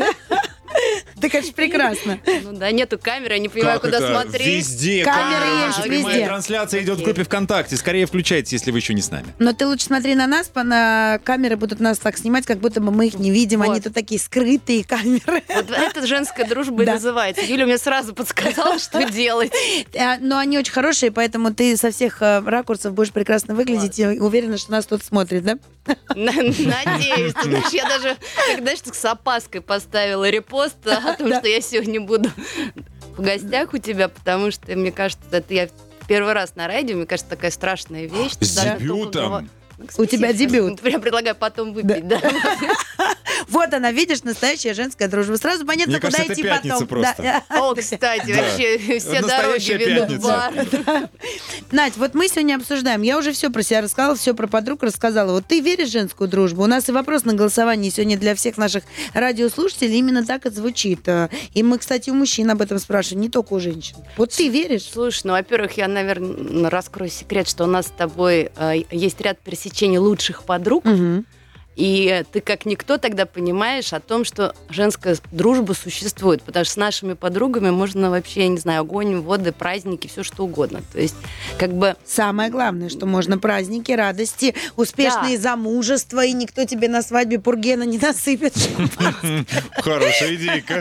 Да, конечно, прекрасно. Ну да, нету камеры, я не понимаю, куда смотреть. Везде камеры есть, прямая везде. Трансляция идет в группе ВКонтакте. Скорее включайте, если вы еще не с нами. Но ты лучше смотри на нас, на камеры будут нас так снимать, как будто бы мы их не видим. Вот. Они тут такие скрытые камеры. Вот это женская дружба и называется. Юля мне сразу подсказала, что делать. Но они очень хорошие, поэтому ты со всех ракурсов будешь прекрасно выглядеть. И уверена, что нас тут смотрит, да? Надеюсь. Я даже, когда с опаской поставила репост о том, что я сегодня буду в гостях у тебя, потому что, мне кажется, это я первый раз на радио, мне кажется, такая страшная вещь. С дебютом. У тебя дебют. Я предлагаю потом выпить, да. Вот она, видишь, настоящая женская дружба. Сразу понятно, Мне куда кажется, идти это пятница потом. просто. О, кстати, вообще все дороги ведут в бар. Надь, вот мы сегодня обсуждаем. Я уже все про себя рассказала, все про подруг рассказала. Вот ты веришь в женскую дружбу? У нас и вопрос на голосовании сегодня для всех наших радиослушателей именно так и звучит. И мы, кстати, у мужчин об этом спрашиваем, не только у женщин. Вот ты веришь? Слушай, ну, во-первых, я, наверное, раскрою секрет, что у нас с тобой есть ряд пересечений лучших подруг. Угу. И ты как никто тогда понимаешь о том, что женская дружба существует. Потому что с нашими подругами можно вообще, я не знаю, огонь, воды, праздники, все что угодно. То есть, как бы... Самое главное, что можно праздники, радости, успешные замужества, и никто тебе на свадьбе пургена не насыпет. Хорошая идейка.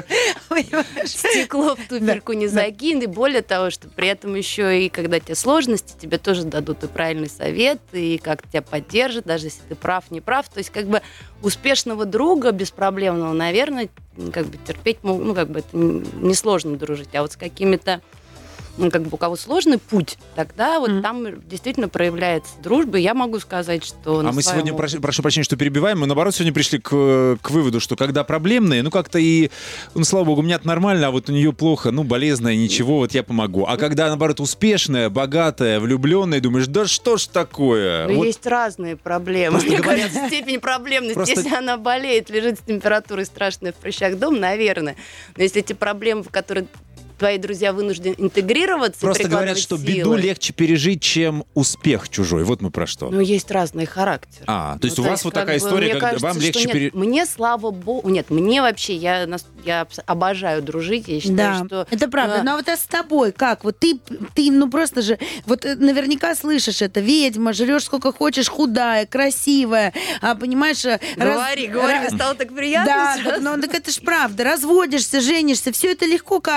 Стекло в туфельку не закинь. И более того, что при этом еще и когда тебе сложности, тебе тоже дадут и правильный совет, и как тебя поддержат, даже если ты прав, не прав. То есть, как бы успешного друга, беспроблемного, наверное, как бы терпеть, ну, как бы это несложно дружить. А вот с какими-то, ну, как бы у кого сложный путь, тогда вот там действительно проявляется дружба. И я могу сказать, что... А мы сегодня, прошу прощения, что перебиваем, мы, наоборот, сегодня пришли к выводу, что когда проблемные, ну, как-то и, ну, слава богу, у меня это нормально, а вот у нее плохо, ну, болезненное, ничего, вот я помогу. А когда, наоборот, успешная, богатая, влюбленная, думаешь, да что ж такое? Вот. Есть разные проблемы. Мне кажется, степень проблемности, если она болеет, лежит с температурой страшной в прыщах дома, наверное. Но если эти проблемы, в которые твои друзья вынуждены интегрироваться. Просто говорят, что беду легче пережить, чем успех чужой. Вот мы про что. Ну, есть разные характеры. То есть у вас вот такая история, когда вам легче пережить. Мне, слава богу, нет, мне вообще, я обожаю дружить, я считаю, что... это правда. Ну, а вот с тобой как? Вот ты, ну, просто же, вот наверняка слышишь это, ведьма, жрешь сколько хочешь, худая, красивая, понимаешь... Говори, мне стало так приятно. Да, ну, так это ж правда. Разводишься, женишься, все это легко кажется со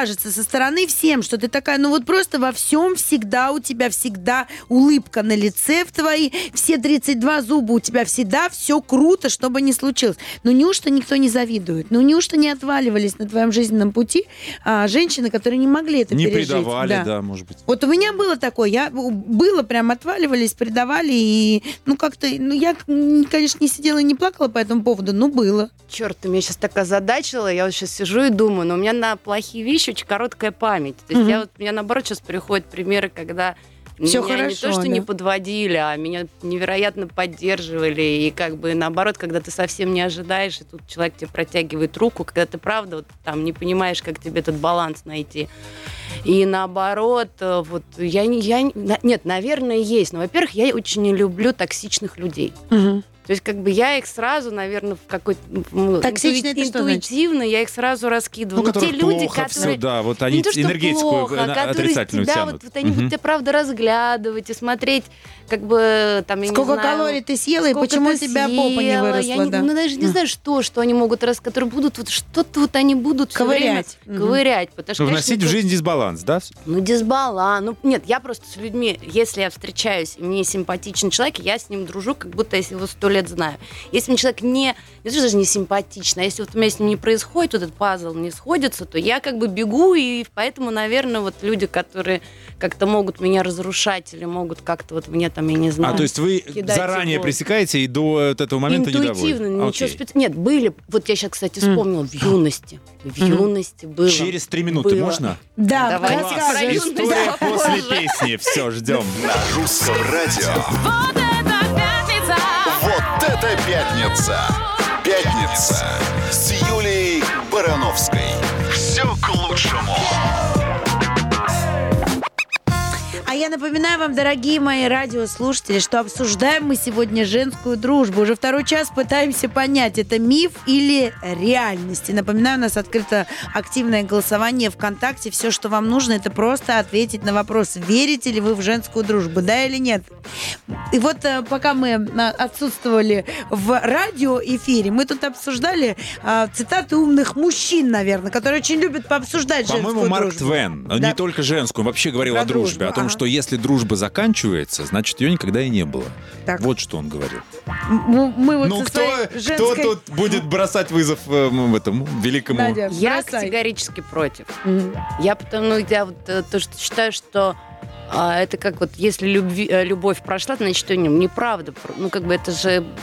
стороны всем, что ты такая, ну вот просто во всем всегда у тебя всегда улыбка на лице в твоей, все 32 зуба у тебя всегда, все круто, что бы ни случилось. Ну неужто никто не завидует? Ну неужто не отваливались на твоем жизненном пути женщины, которые не могли это пережить? Не предавали, да, может быть. Вот у меня было такое, было прям отваливались, предавали, и ну как-то, ну я, конечно, не сидела и не плакала по этому поводу, но было. Черт, ты меня сейчас так озадачила, я вот сейчас сижу и думаю, но у меня на плохие вещи очень короткая память. То есть у меня наоборот сейчас приходят примеры, когда Всё меня хорошо, не то, что не подводили, а меня невероятно поддерживали. И как бы наоборот, когда ты совсем не ожидаешь, и тут человек тебе протягивает руку, когда ты правда вот, там не понимаешь, как тебе этот баланс найти. И наоборот, вот нет, наверное, есть. Но, во-первых, я очень не люблю токсичных людей. То есть, как бы я их сразу, наверное, в какой-то интуитивно я их сразу раскидываю. Ну, те люди, плохо которые... Все, да, вот они не то, что энергетику плохо, отрицательную тебя, тянут. вот они будут тебя, правда, разглядывать и смотреть, как бы, там, я сколько не знаю... калорий ты съела, и почему у тебя попа не выросла, да? Ну, даже не знаю, что они могут рассказать, которые будут, вот что-то вот они будут ковырять. Ковырять. Потому что, вносить в жизнь дисбаланс, да? Ну, дисбаланс. Ну, нет, я просто с людьми, если я встречаюсь, и мне симпатичный человек, я с ним дружу, как будто я его 100 лет знаю. Если мне человек не даже не симпатичный, а если вот у меня с ним не происходит, вот этот пазл не сходится, то я как бы бегу, и поэтому, наверное, вот люди, которые как-то могут меня разрушать или могут как-то вот мне там, я не знаю... то есть вы заранее пресекаете и до вот этого момента интуитивно, недовольны? Ничего Нет, были... Вот я сейчас, кстати, вспомнила, в юности. В юности было. Через 3 минуты можно? Да, давай расскажи. История после песни. Все, ждем. На русском радио. Вот это пятница! Вот это пятница! Пятница с Юлией Барановской. Все к лучшему. А я напоминаю вам, дорогие мои радиослушатели, что обсуждаем мы сегодня женскую дружбу. Уже второй час пытаемся понять, это миф или реальность. И напоминаю, у нас открыто активное голосование ВКонтакте. Все, что вам нужно, это просто ответить на вопрос, верите ли вы в женскую дружбу, да или нет. И вот пока мы отсутствовали в радиоэфире, мы тут обсуждали цитаты умных мужчин, наверное, которые очень любят пообсуждать женскую дружбу. По-моему, Марк Твен, Да. не только женскую, вообще говорил Про о дружбе, дружбу, о том, что если дружба заканчивается, значит, ее никогда и не было. Так. Вот что он говорил. Мы вот Ну, со кто своей женской... тут будет бросать вызов этому великому... Надя, Я бросай. категорически против. Я я вот то, что считаю, что это как вот, если любовь прошла, значит, что неправда. Ну, как бы это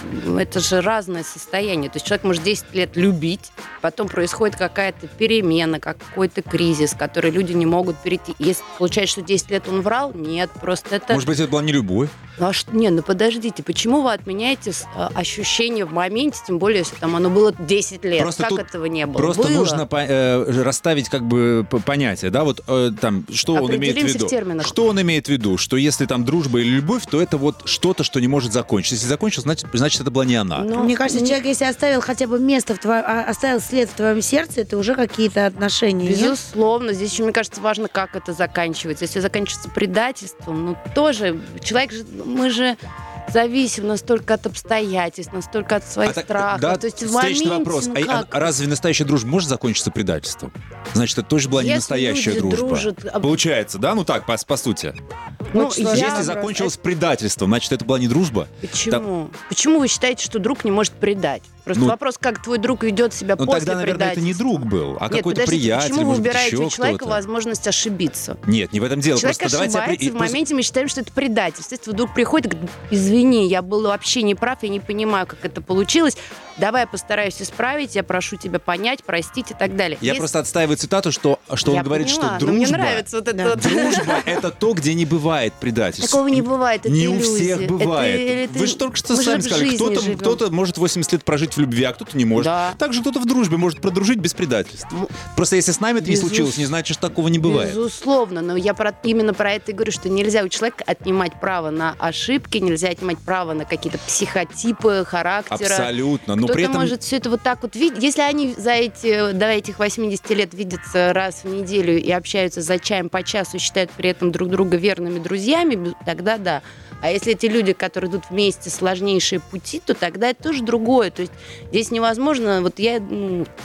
же разное состояние. То есть человек может 10 лет любить, потом происходит какая-то перемена, какой-то кризис, который люди не могут перейти. Если получается, что 10 лет он врал, нет, просто это... Может быть, это была не любовь? Ну подождите, почему вы отменяете ощущение в моменте, тем более, если там оно было 10 лет? Просто как тут этого не было? Просто было. нужно расставить как бы понятие, да, вот там, что он имеет в Определимся виду. в терминах. Что он имеет в виду? Что если там дружба или любовь, то это вот что-то, что не может закончиться. Если закончилось, значит, это была не она. Мне кажется, человек, если оставил хотя бы место оставил след в твоем сердце, это уже какие-то отношения. Безусловно. Здесь еще, мне кажется, важно, как это заканчивается. Если заканчивается предательством, ну тоже человек же, мы же зависим настолько от обстоятельств, настолько от своих страхов. Да, то есть в встречный моменте, вопрос. ну А как? разве настоящая дружба может закончиться предательством? Значит, это тоже была не Если настоящая люди дружба. дружат, Получается, да? Ну так, по сути. Ну, Если закончилось предательством, значит, это была не дружба? Почему? Почему вы считаете, что друг не может предать? Просто вопрос, как твой друг ведет себя Ну после тогда, наверное, это предательства. не друг был, а Нет, какой-то подождите, приятель, почему вы может быть, убираете еще у человека кто-то. возможность ошибиться? Нет, не в этом дело. Человек Просто давайте ошибается, в моменте мы считаем, что это предательство. Если вдруг приходит и говорит, извини, я был вообще не прав, я не понимаю, как это получилось, давай я постараюсь исправить, я прошу тебя понять, простить и так далее. Я просто отстаиваю цитату, что Я он говорит, поняла, что но дружба... мне нравится вот это вот. Дружба — это то, где не бывает предательства. Такого не бывает, это Не у иллюзия. всех бывает. Это- Вы же только что мы сами же в сказали, жизни живем. кто-то может 80 лет прожить в любви, а кто-то не может. Да. Также кто-то в дружбе может продружить без предательства. Просто если с нами это не случилось, не значит, что такого не бывает. Безусловно, но я именно про это и говорю, что нельзя у человека отнимать право на ошибки, нельзя отнимать право на какие-то психотипы характера. Абсолютно. Но Кто-то при этом... может все это вот так вот видеть. Если они до этих 80 лет видятся раз в неделю и общаются за чаем по часу, считают при этом друг друга верными друзьями, тогда да. А если эти люди, которые идут вместе, сложнейшие пути, то тогда это тоже другое. То есть здесь невозможно... Вот я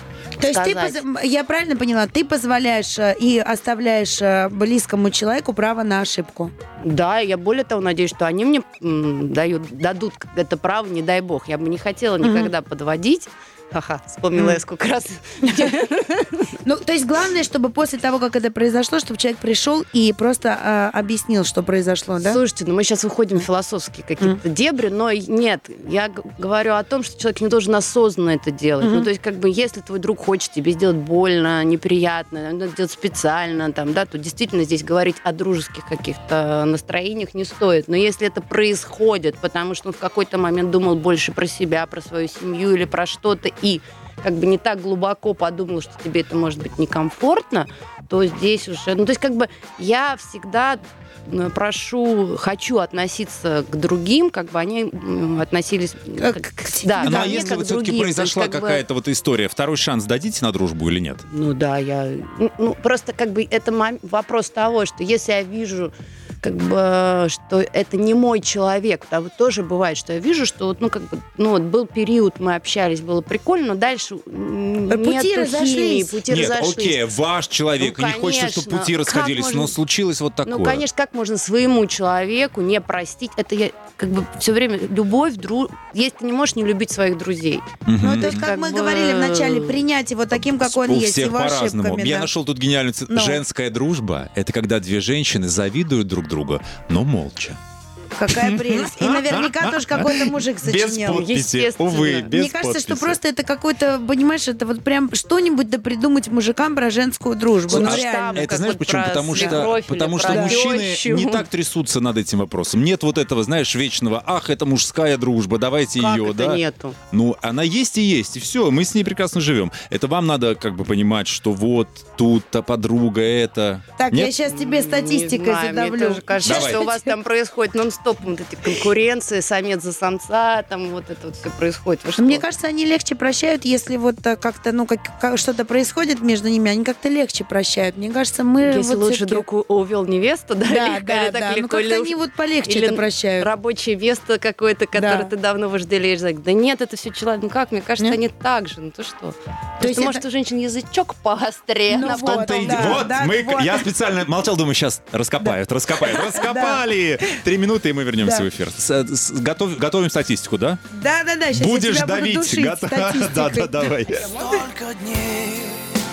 То есть сказать. я правильно поняла, ты позволяешь и оставляешь близкому человеку право на ошибку? Да, я более того надеюсь, что они мне дадут это право, не дай бог. Я бы не хотела никогда подводить. Ха-ха, вспомнила я сколько раз. Ну, то есть главное, чтобы после того, как это произошло, чтобы человек пришел и просто объяснил, что произошло, да? Слушайте, ну мы сейчас выходим в философские какие-то дебри, но нет, я говорю о том, что человек не должен осознанно это делать. Ну, то есть, как бы, если твой друг хочет тебе сделать больно, неприятно, надо делать специально, там, да, то действительно здесь говорить о дружеских каких-то настроениях не стоит. Но если это происходит, потому что он в какой-то момент думал больше про себя, про свою семью или про что-то, и как бы не так глубоко подумал, что тебе это может быть некомфортно, то здесь уже... Ну, то есть как бы я всегда хочу относиться к другим, как бы они относились к себе. Да, ну, а если вот все-таки произошла какая-то вот история, второй шанс дадите на дружбу или нет? Ну да, ну, просто как бы это вопрос того, что если я вижу, как бы, что это не мой человек. Там тоже бывает, что я вижу, что вот был период, мы общались, было прикольно, но дальше пути разошлись. Нет, окей, ваш человек, и не хочется, чтобы пути расходились, но случилось вот такое. Ну, конечно, как можно своему человеку не простить? Это я как бы все время любовь, есть ты не можешь не любить своих друзей. Ну, то есть, как мы говорили вначале, принять его таким, как он есть, его ошибками. Я нашел тут гениальную цитату. Женская дружба — это когда две женщины завидуют друг друга, но молча. Какая прелесть. И наверняка тоже какой-то мужик сочинял. Без подписи, увы, без Мне кажется, подписи. что просто это какой-то, понимаешь, это вот прям что-нибудь да придумать мужикам про женскую дружбу. Ну, реально. Это знаешь почему? Потому что мужчины не так трясутся над этим вопросом. Нет вот этого, знаешь, вечного, ах, это мужская дружба, давайте как ее, это да? Нету? Ну, она есть и все, мы с ней прекрасно живем. Это вам надо как бы понимать, что вот тут-то подруга, это... Так, Нет? я сейчас тебе статистикой задавлю. Мне тоже кажется, Давай. что у вас там происходит нон-стоп вот эти конкуренции, самец за самца, там вот это вот все происходит. Мне кажется, они легче прощают, если вот как-то, что-то происходит между ними, они как-то легче прощают. Мне кажется, мы если вот лучший друг увел невесту, да, да. Ну как-то они вот полегче это прощают. Рабочее место какое-то, которое ты давно вожделеешь. Да нет, это все человек. Ну как, мне кажется, они так же. Ну то что? То есть, может, у женщин язычок поострее. Я специально молчал, думаю, сейчас раскопают. Раскопали! 3 минуты, и мы вернемся в эфир. Готовим статистику, да? Да. Сейчас будешь я тебя давить. буду душить статистикой. Да, давай. Столько дней.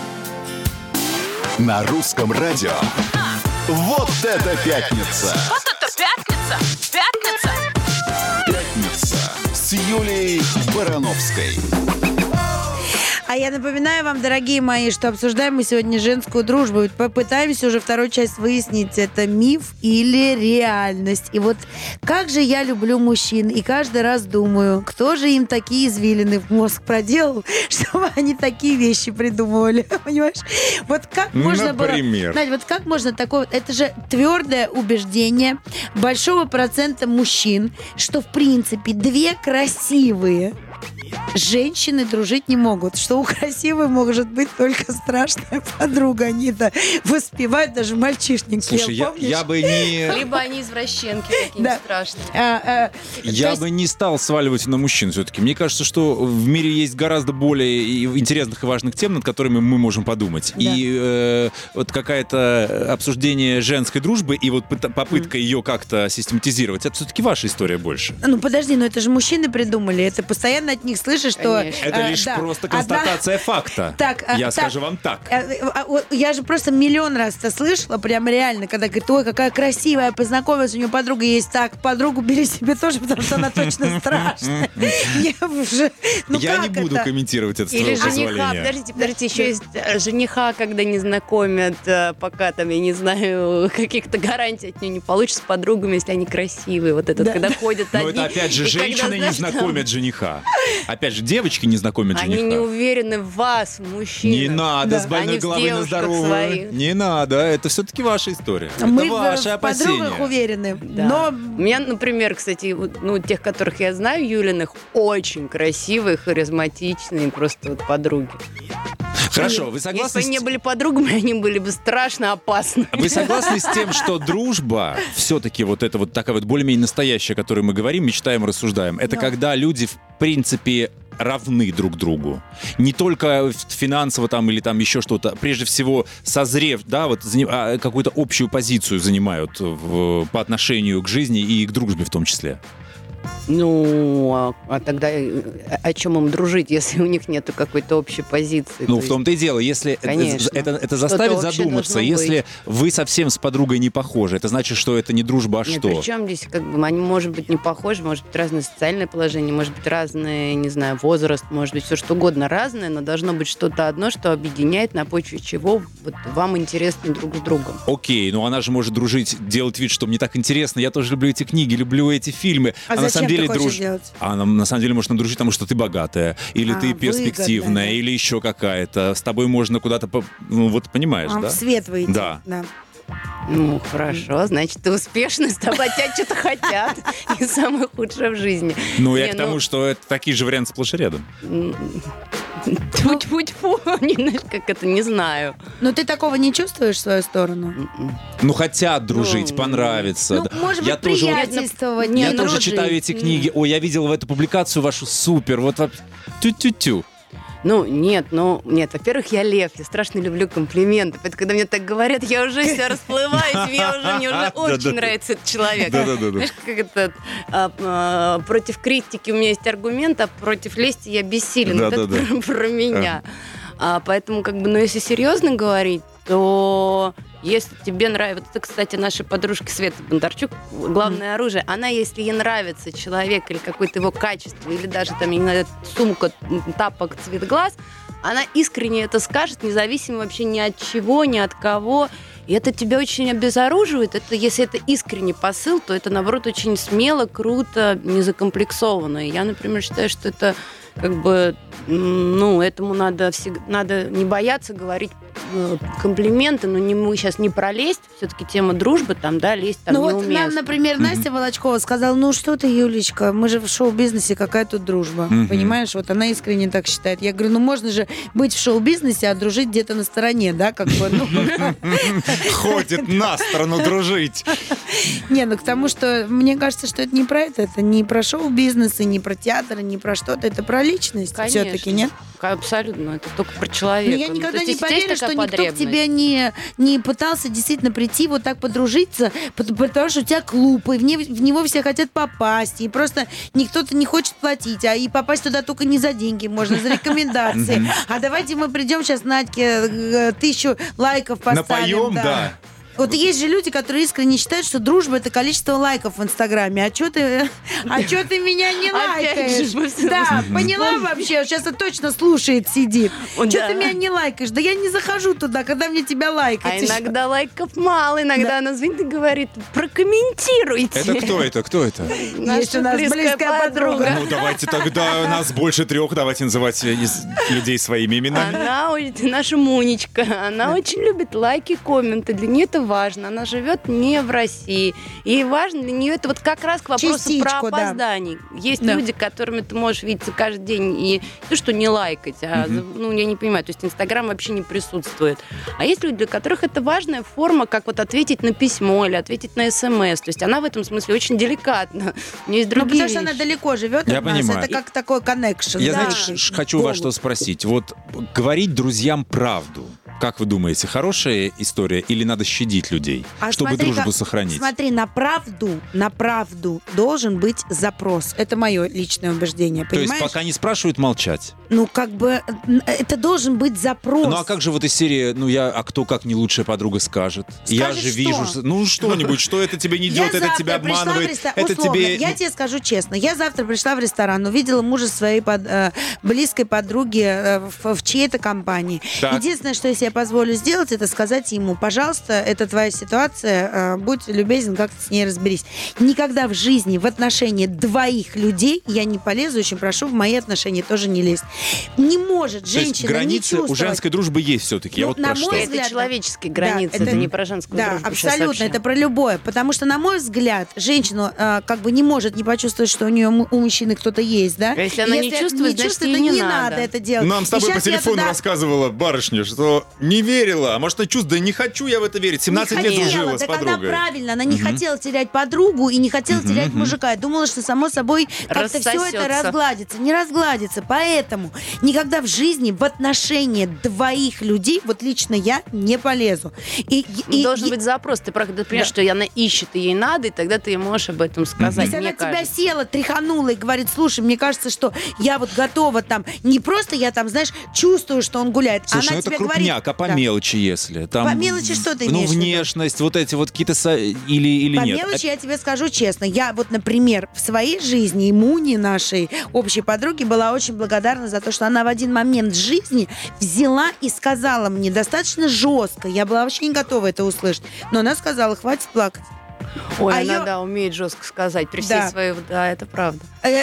На русском радио. Вот это пятница! Вот это пятница! Пятница! Пятница с Юлией Барановской. А я напоминаю вам, дорогие мои, что обсуждаем мы сегодня женскую дружбу. Ведь попытаемся уже вторую часть выяснить, это миф или реальность. И вот как же я люблю мужчин. И каждый раз думаю, кто же им такие извилины в мозг проделал, чтобы они такие вещи придумывали. Понимаешь? Вот как можно было... Например? Знаете, вот как можно такое... Это же твердое убеждение большого процента мужчин, что, в принципе, две красивые женщины дружить не могут. Что у красивой может быть только страшная подруга. Они-то воспевают даже мальчишник. Слушай, я бы не... Либо они извращенки какие-нибудь страшные. Я бы не стал сваливать на мужчин все-таки. Мне кажется, что в мире есть гораздо более интересных и важных тем, над которыми мы можем подумать. Да. И вот какое-то обсуждение женской дружбы и вот попытка ее как-то систематизировать, это все-таки ваша история больше. Ну подожди, но это же мужчины придумали. Это постоянно от них слышишь, что... Это лишь просто констатация факта. Я скажу вам так. Я же просто миллион раз это слышала, прям реально, когда говорит, ой, какая красивая, познакомилась, у нее подруга есть. Так, подругу бери себе тоже, потому что она точно страшная. Я не буду комментировать это, с твоего позволения. Подождите, еще есть жениха, когда не знакомят, пока там, я не знаю, каких-то гарантий от нее не получится с подругами, если они красивые. Вот этот, когда ходят одни. Но это опять же женщины не знакомят жениха. Опять же, девочки не знакомят жениха. Они не уверены в вас, мужчина. Не надо, с больной головой на здоровую. Не надо, это все-таки ваша история. Мы это ваши опасения. В подругах уверены. Да. Но... У меня, например, кстати, тех, которых я знаю, Юлиных, очень красивые, харизматичные, просто вот подруги. Хорошо, вы согласны? Если бы они не были подругами, они были бы страшно опасны. Вы согласны с тем, что дружба все-таки вот это вот такая вот более-менее настоящая, о которой мы говорим, мечтаем, рассуждаем, это когда люди, в принципе, равны друг другу. Не только финансово там или там еще что-то. Прежде всего, созрев, да, вот какую-то общую позицию занимают по отношению к жизни и к дружбе в том числе. Ну, а тогда о чем им дружить, если у них нету какой-то общей позиции? Ну, в том-то и дело. Если это заставит задуматься. Если вы совсем с подругой не похожи, это значит, что это не дружба, а Нет, что? Причем здесь как бы они, может быть, не похожи, может быть, разное социальное положение, может быть, разный, не знаю, возраст, может быть, все что угодно разное, но должно быть что-то одно, что объединяет, на почве чего вот вам интересны друг с другом. Окей, ну она же может дружить, делать вид, что мне так интересно, я тоже люблю эти книги, люблю эти фильмы. А на самом деле делать? Она на самом деле может надружить, потому что ты богатая, или ты перспективная, выгодная. или еще какая-то. С тобой можно куда-то, ну вот понимаешь, да? В свет выйти. Да. Ну, хорошо, значит, ты успешный, с тобой от тебя что-то хотят. И самое худшее в жизни. Ну, я к тому, что это такие же варианты сплошь и рядом. Тьфу-тьфу-тьфу, как это, не знаю. Но ты такого не чувствуешь в свою сторону? Ну, хотят дружить, понравится. Ну, может я быть, тоже, приятельствовать, я не тоже дружить. читаю эти книги. Ой, я видел эту публикацию вашу, супер. Вот тю-тю-тю. Ну, нет, во-первых, я лев, я страшно люблю комплименты. Поэтому, когда мне так говорят, я уже вся расплываюсь, мне уже очень нравится этот человек. Знаешь, как это, против критики у меня есть аргумент, а против лести я бессилен. Вот это про меня. Поэтому, как бы, если серьезно говорить, то если тебе нравится... Это, кстати, нашей подружке Светы Бондарчук, главное оружие. Она, если ей нравится человек или какое-то его качество, или даже там, не знаю, сумка, тапок, цвет глаз, она искренне это скажет, независимо вообще ни от чего, ни от кого. И это тебя очень обезоруживает. Это, если это искренний посыл, то это, наоборот, очень смело, круто, не закомплексованно. И я, например, считаю, что это как бы, ну, этому надо не бояться говорить комплименты, но мы сейчас не про лесть, все-таки тема дружбы, там, да, лесть там неуместна. Ну вот нам, например, Настя Волочкова сказала, ну что ты, Юлечка, мы же в шоу-бизнесе, какая тут дружба, понимаешь? Вот она искренне так считает. Я говорю, ну можно же быть в шоу-бизнесе, а дружить где-то на стороне, да, как бы, ну... Ходит на сторону дружить. Не, ну к тому, что мне кажется, что это не про это не про шоу-бизнес, и не про театр, и не про что-то, это про личность все-таки, нет? Абсолютно, это только про человека. Но я никогда не поверю, что никто к тебе не пытался действительно прийти, вот так подружиться, потому что у тебя клуб, и в него все хотят попасть, и просто никто-то не хочет платить, и попасть туда только не за деньги, можно за рекомендации. А давайте мы придем сейчас Надьке 1000 лайков поставим. Напоем, да. Вот есть же люди, которые искренне считают, что дружба — это количество лайков в Инстаграме. А что ты меня не лайкаешь? Да, поняла вообще? Сейчас это точно слушает, сидит. Что ты меня не лайкаешь? Да я не захожу туда, когда мне тебя лайкать. А иногда лайков мало, иногда она звонит и говорит, прокомментируйте. Это кто это? Есть у нас близкая подруга. Ну, давайте тогда, нас больше 3, давайте называть людей своими именами. Она, наша Мунечка, она очень любит лайки, комменты. Для нее это важно. Она живет не в России. И важно для нее это вот как раз к вопросу про опоздание. Да. Есть люди, которыми ты можешь видеться каждый день и то, что не лайкать. Я не понимаю. То есть Инстаграм вообще не присутствует. А есть люди, для которых это важная форма, как вот ответить на письмо или ответить на СМС. То есть она в этом смысле очень деликатна. У нее есть другие потому что она далеко живет от нас. Понимаю. Это как такой коннекшн. Я, знаете, хочу вас что спросить. Вот говорить друзьям правду. Как вы думаете, хорошая история или надо щадить людей, чтобы дружбу сохранить? Смотри, на правду должен быть запрос. Это мое личное убеждение, понимаешь? То есть пока не спрашивают, молчать? Ну, как бы, это должен быть запрос. Ну, а как же вот из серии, а кто как не лучшая подруга скажет? Я же вижу, что-нибудь, что это тебе не идет, это тебя обманывает, это тебе... Я тебе скажу честно, я завтра пришла в ресторан, увидела мужа своей близкой подруги в чьей-то компании. Так. Единственное, что я себе себе позволю сделать, это сказать ему: пожалуйста, это твоя ситуация, будь любезен, как-то с ней разберись. Никогда в жизни в отношения двоих людей я не полезу, очень прошу, в мои отношения тоже не лезть. Не может женщина То есть границы не чувствовать. У женской дружбы есть все-таки. Ну, Я на про мой что. взгляд, Это человеческие да, границы, это не про женскую да, дружбу. абсолютно, это про любое. Потому что, на мой взгляд, женщина как бы не может не почувствовать, что у нее у мужчины кто-то есть, да? А если она не чувствует, значит, то ей не не надо надо это делать. Нам с тобой И по щас я телефону туда- рассказывала барышня, что не верила. А может, она чувствует, да не хочу я в это верить. 17 не лет хотела. дружила с Так она подругой. правильно, она не хотела терять подругу и не хотела терять мужика. Я думала, что само собой как-то все это Рассосется. разгладится. Не разгладится. Поэтому никогда в жизни в отношения двоих людей, вот лично я, не полезу. Должен быть запрос. Ты понимаешь, что она ищет, и ей надо, и тогда ты ей можешь об этом сказать. Если мне она тебя кажется. села, тряханула и говорит: слушай, мне кажется, что я вот готова там, не просто я там, знаешь, чувствую, что он гуляет, Слушай, она ну это тебе крупняк, а по Да. мелочи, если? Там, По мелочи что ты Ну, имеешь в виду? внешность, вот эти вот какие-то... Или По нет? мелочи я тебе скажу честно. Я вот, например, в своей жизни и Муне, нашей общей подруге, была очень благодарна за то, что она в один момент жизни взяла и сказала мне достаточно жестко. Я была вообще не готова это услышать. Но она сказала: хватит плакать. Ой, А она, я- да, умеет жестко сказать при Да. всей своей... Да, это правда.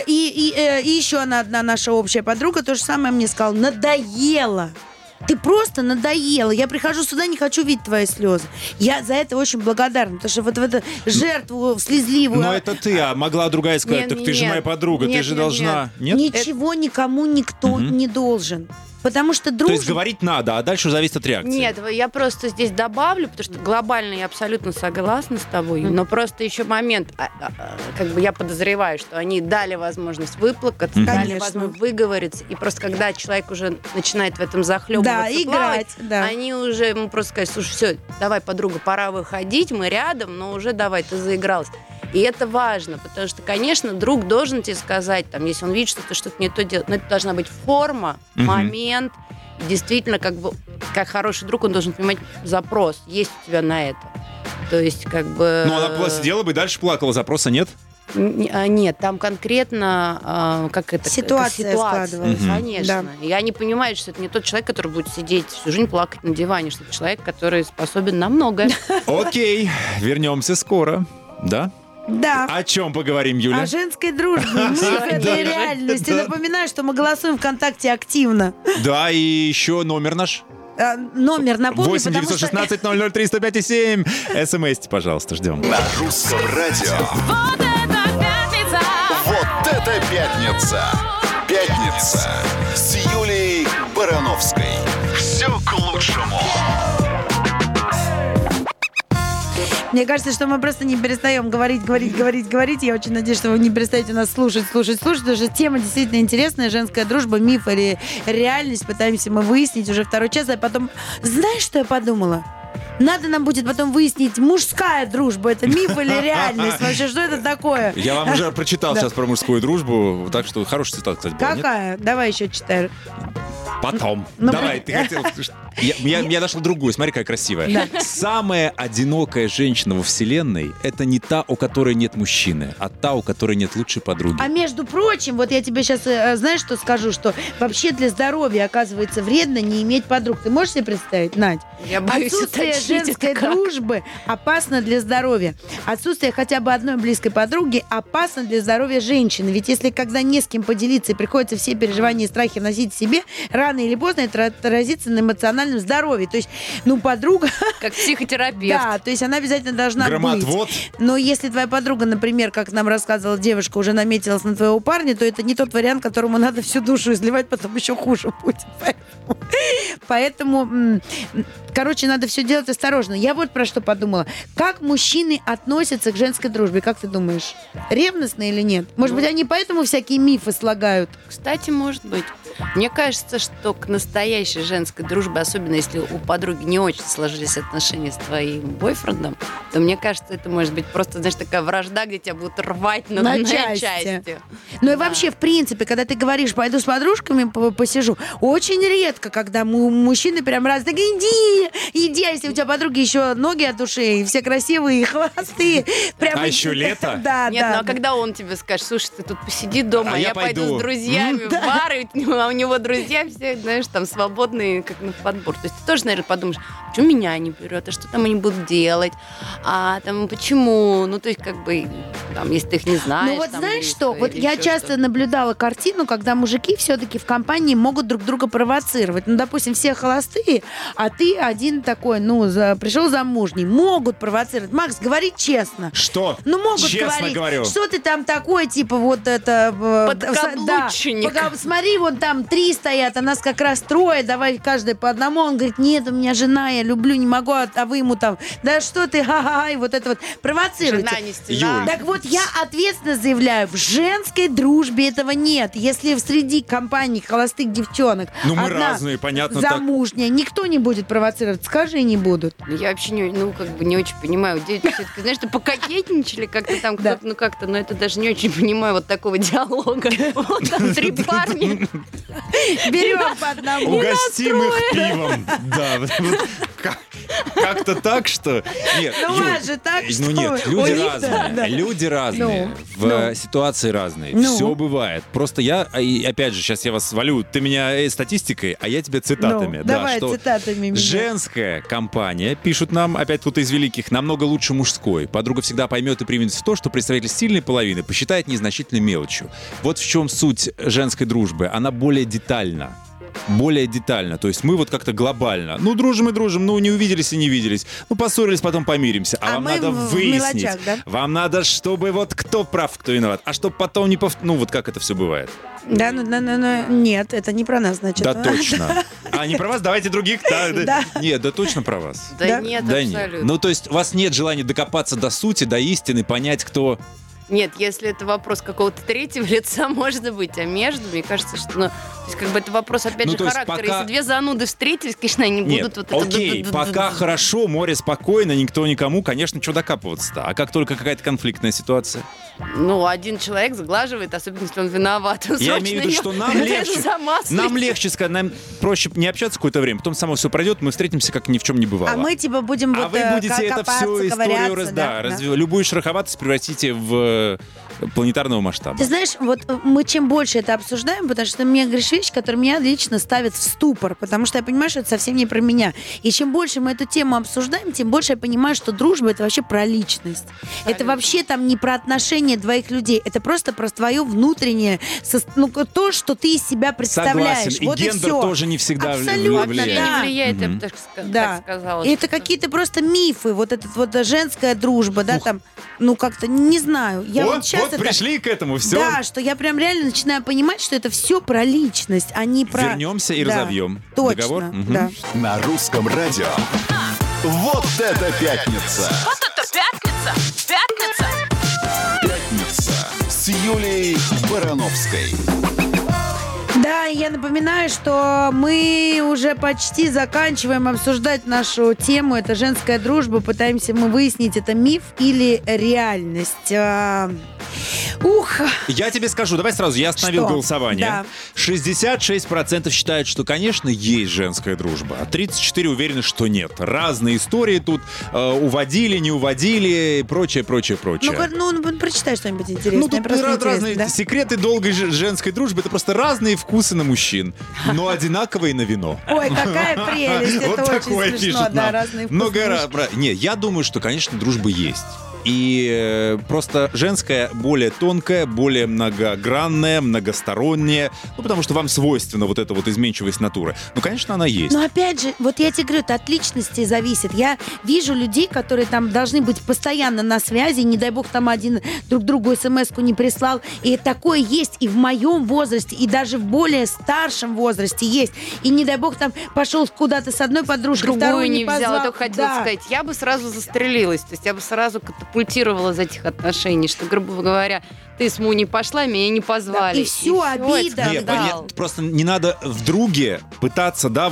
И еще одна наша общая подруга то же самое мне сказала: надоело. Ты просто надоела. Я прихожу сюда, не хочу видеть твои слезы. Я за это очень благодарна, потому что вот в эту жертву слезливую... Но это ты, а могла другая сказать: Нет, так ты же нет. моя подруга, ты Нет, же нет, должна... Нет? Ничего никому никто не должен. Потому что То дружба... есть говорить надо, а дальше зависит от реакции. Нет, я просто здесь добавлю, потому что глобально я абсолютно согласна с тобой, но просто еще момент, как бы я подозреваю, что они дали возможность выплакаться, дали Конечно. возможность выговориться, и просто когда человек уже начинает в этом захлебываться, Да, играть, плавать, да. они уже ему просто сказать: слушай, все, давай, подруга, пора выходить, мы рядом, но уже давай, ты заигралась. И это важно, потому что, конечно, друг должен тебе сказать, там, если он видит, что ты что-то не то делаешь, но это должна быть форма, момент. И действительно, как бы, как хороший друг, он должен понимать запрос, есть у тебя на это. То есть, как бы... Ну, она сидела бы и дальше плакала, запроса нет? Нет, там конкретно как это, Ситуация складывается. Конечно. И они понимают, что это не тот человек, который будет сидеть всю жизнь плакать на диване, что это человек, который способен на многое. Окей, вернемся скоро. Да? Да. О чем поговорим, Юля? О женской дружбе. Мы в этой реальности. Напоминаю, что мы голосуем ВКонтакте активно. Да, и еще номер наш. Номер напомню, 8 потому что... 916 003 105,7. СМСьте, пожалуйста, ждем. На русском радио. Вот это пятница! Вот это пятница! Пятница с Юлией Барановской. Все к лучшему. Мне кажется, что мы просто не перестаем говорить. Я очень надеюсь, что вы не перестаете нас слушать, потому что тема действительно интересная. Женская дружба, миф или реальность. Пытаемся мы выяснить уже второй час. А потом, знаешь, что я подумала? Надо нам будет потом выяснить, мужская дружба — это миф или реальность? Вообще, что это такое? Я вам уже прочитал сейчас про мужскую дружбу, так что хороший цитат, кстати, был, нет? Какая? Давай еще читай. Потом. Ну, Давай, ты хотел... Я нашел другую, смотри, какая красивая. Да. Самая одинокая женщина во вселенной — это не та, у которой нет мужчины, а та, у которой нет лучшей подруги. А между прочим, вот я тебе сейчас, знаешь, что скажу, что вообще для здоровья, оказывается, вредно не иметь подруг. Ты можешь себе представить, Надь? Я боюсь Отсутствие уточнить, женской это как. дружбы опасно для здоровья. Отсутствие хотя бы одной близкой подруги опасно для здоровья женщины. Ведь если когда не с кем поделиться и приходится все переживания и страхи носить в себе, рано или поздно это отразится на эмоциональном здоровье. То есть, подруга... Как психотерапевт. Да, то есть она обязательно должна Громоотвод. быть. Но если твоя подруга, например, как нам рассказывала девушка, уже наметилась на твоего парня, то это не тот вариант, которому надо всю душу изливать, потом еще хуже будет. Поэтому, короче, надо все делать осторожно. Я вот про что подумала. Как мужчины относятся к женской дружбе, как ты думаешь? Ревностно или нет? Может быть, они поэтому всякие мифы слагают? Кстати, может быть. Мне кажется, что к настоящей женской дружбе, особенно если у подруги не очень сложились отношения с твоим бойфрендом, то мне кажется, это может быть просто, знаешь, такая вражда, где тебя будут рвать на части. Ну и вообще, в принципе, когда ты говоришь, пойду с подружками посижу, очень редко, когда мужчины прям раз так иди, а если у тебя подруги еще ноги от ушей, все красивые, хвосты. Прям еще лето? Да, Нет, ну а когда он тебе скажет, слушай, ты тут посиди дома, а я пойду с друзьями в бар, и у него друзья все, знаешь, там свободные, как на подбор. То есть ты тоже, наверное, подумаешь, почему меня не берет, а что там они будут делать, а там почему, ну то есть как бы, там, если ты их не знаешь. Ну вот там, знаешь что, вот я часто наблюдала картину, когда мужики все-таки в компании могут друг друга провоцировать. Ну, допустим, все холостые, а ты один такой, пришел замужний. Могут провоцировать. Макс, говори честно. Что? Ну, могут честно говорить. Говорю. Что ты там такой, типа, вот это... Подкаблучник. Да, смотри, вон там 3 стоят, а нас как раз 3, давай каждый по одному. Он говорит, нет, у меня жена, я люблю, не могу, а вы ему там, да что ты, ха-ха-ха, и вот это вот провоцируете. Жена не стена. Так вот, я ответственно заявляю, в женской дружбе этого нет. Если среди компаний холостых девчонок мы разные, понятно. Замужняя, никто не будет провоцировать, скажи, не будут. Я вообще не очень понимаю. Девочки все-таки, знаешь, что пококетничали как-то там, но это даже не очень понимаю вот такого диалога. Вот там 3 парня. Берем по одному. Угостим их пивом. Да, как-то так, что... Нет, же так, что... нет, люди разные. В ситуации разные. Все бывает. Просто я, опять же, сейчас я вас валю, ты меня статистикой, а я тебя цитатами. Давай цитатами меня. Женская компания, пишут нам, опять кто-то из великих, намного лучше мужской. Подруга всегда поймет и примет в то, что представитель сильной половины посчитает незначительной мелочью. Вот в чем суть женской дружбы. Она более детальна. То есть мы вот как-то глобально. Дружим и дружим, не увиделись и не виделись. Поссорились, потом помиримся. А вам надо выяснить. Мелочах, да? Вам надо, чтобы вот кто прав, кто виноват. А чтобы потом не вот как это все бывает. Да, нет, это не про нас, значит. Да, точно. А, не про вас? Давайте других. Да. Нет, да точно про вас. Да нет, абсолютно. То есть у вас нет желания докопаться до сути, до истины, понять, кто... Нет, если это вопрос какого-то третьего лица, может быть, а между, мне кажется, что, то есть, как бы это вопрос, опять же, характера. Пока... Если 2 зануды встретились, конечно, они будут вот это... Окей, пока хорошо, море спокойно, никто никому, конечно, что докапываться-то. А как только какая-то конфликтная ситуация? Один человек заглаживает, особенно если он виноват. Я имею в виду, что нам легче сказать, нам проще не общаться какое-то время, потом само все пройдет, мы встретимся, как ни в чем не бывало. А мы будем вы будете это всю историю любую шероховатость превратите в планетарного масштаба. Ты знаешь, вот мы чем больше это обсуждаем, потому что мне говоришь вещи, которые меня лично ставят в ступор, потому что я понимаю, что это совсем не про меня. И чем больше мы эту тему обсуждаем, тем больше я понимаю, что дружба — это вообще про личность. Абсолютно. Это вообще там не про отношения 2 людей, это просто про твое внутреннее, то, что ты из себя представляешь. Согласен. Вот и гендер тоже не всегда абсолютно влияет. Не влияет, я бы так сказала. И это какие-то просто мифы, вот эта вот женская дружба, да, там, как-то, не знаю. Я вот сейчас пришли к этому, все. Да, что я прям реально начинаю понимать, что это все про личность, а не про... Вернемся и разовьем. Точно, договор? Да. На русском радио. Вот это пятница! Вот это пятница! Пятница с Юлией Барановской. Да, я напоминаю, что мы уже почти заканчиваем обсуждать нашу тему. Это женская дружба. Пытаемся мы выяснить, это миф или реальность. Я тебе скажу, давай сразу, я остановил голосование. Да. 66% считают, что, конечно, есть женская дружба, а 34% уверены, что нет. Разные истории тут, уводили, не уводили, прочее. Прочитай что-нибудь интересное. Тут разные секреты долгой женской дружбы, это просто разные вкусы на мужчин, но одинаковые на вино. Ой, какая прелесть, это очень смешно, да, разные вкусы. Не, я думаю, что, конечно, дружба есть. И просто женская более тонкая, более многогранная, многосторонняя. Потому что вам свойственна вот эта вот изменчивость натуры. Конечно, она есть. Но опять же, вот я тебе говорю, это от личности зависит. Я вижу людей, которые там должны быть постоянно на связи. Не дай бог, там один друг другу смс-ку не прислал. И такое есть и в моем возрасте, и даже в более старшем возрасте есть. И не дай бог, там пошел куда-то с одной подружкой, другую вторую не взяла. позвал. Только хотела сказать, я бы сразу застрелилась. То есть я бы сразу катапультировал из этих отношений, что, грубо говоря, ты с Муни пошла, меня не позвали. Да, и все, обида. Нет, просто не надо в друге пытаться, да,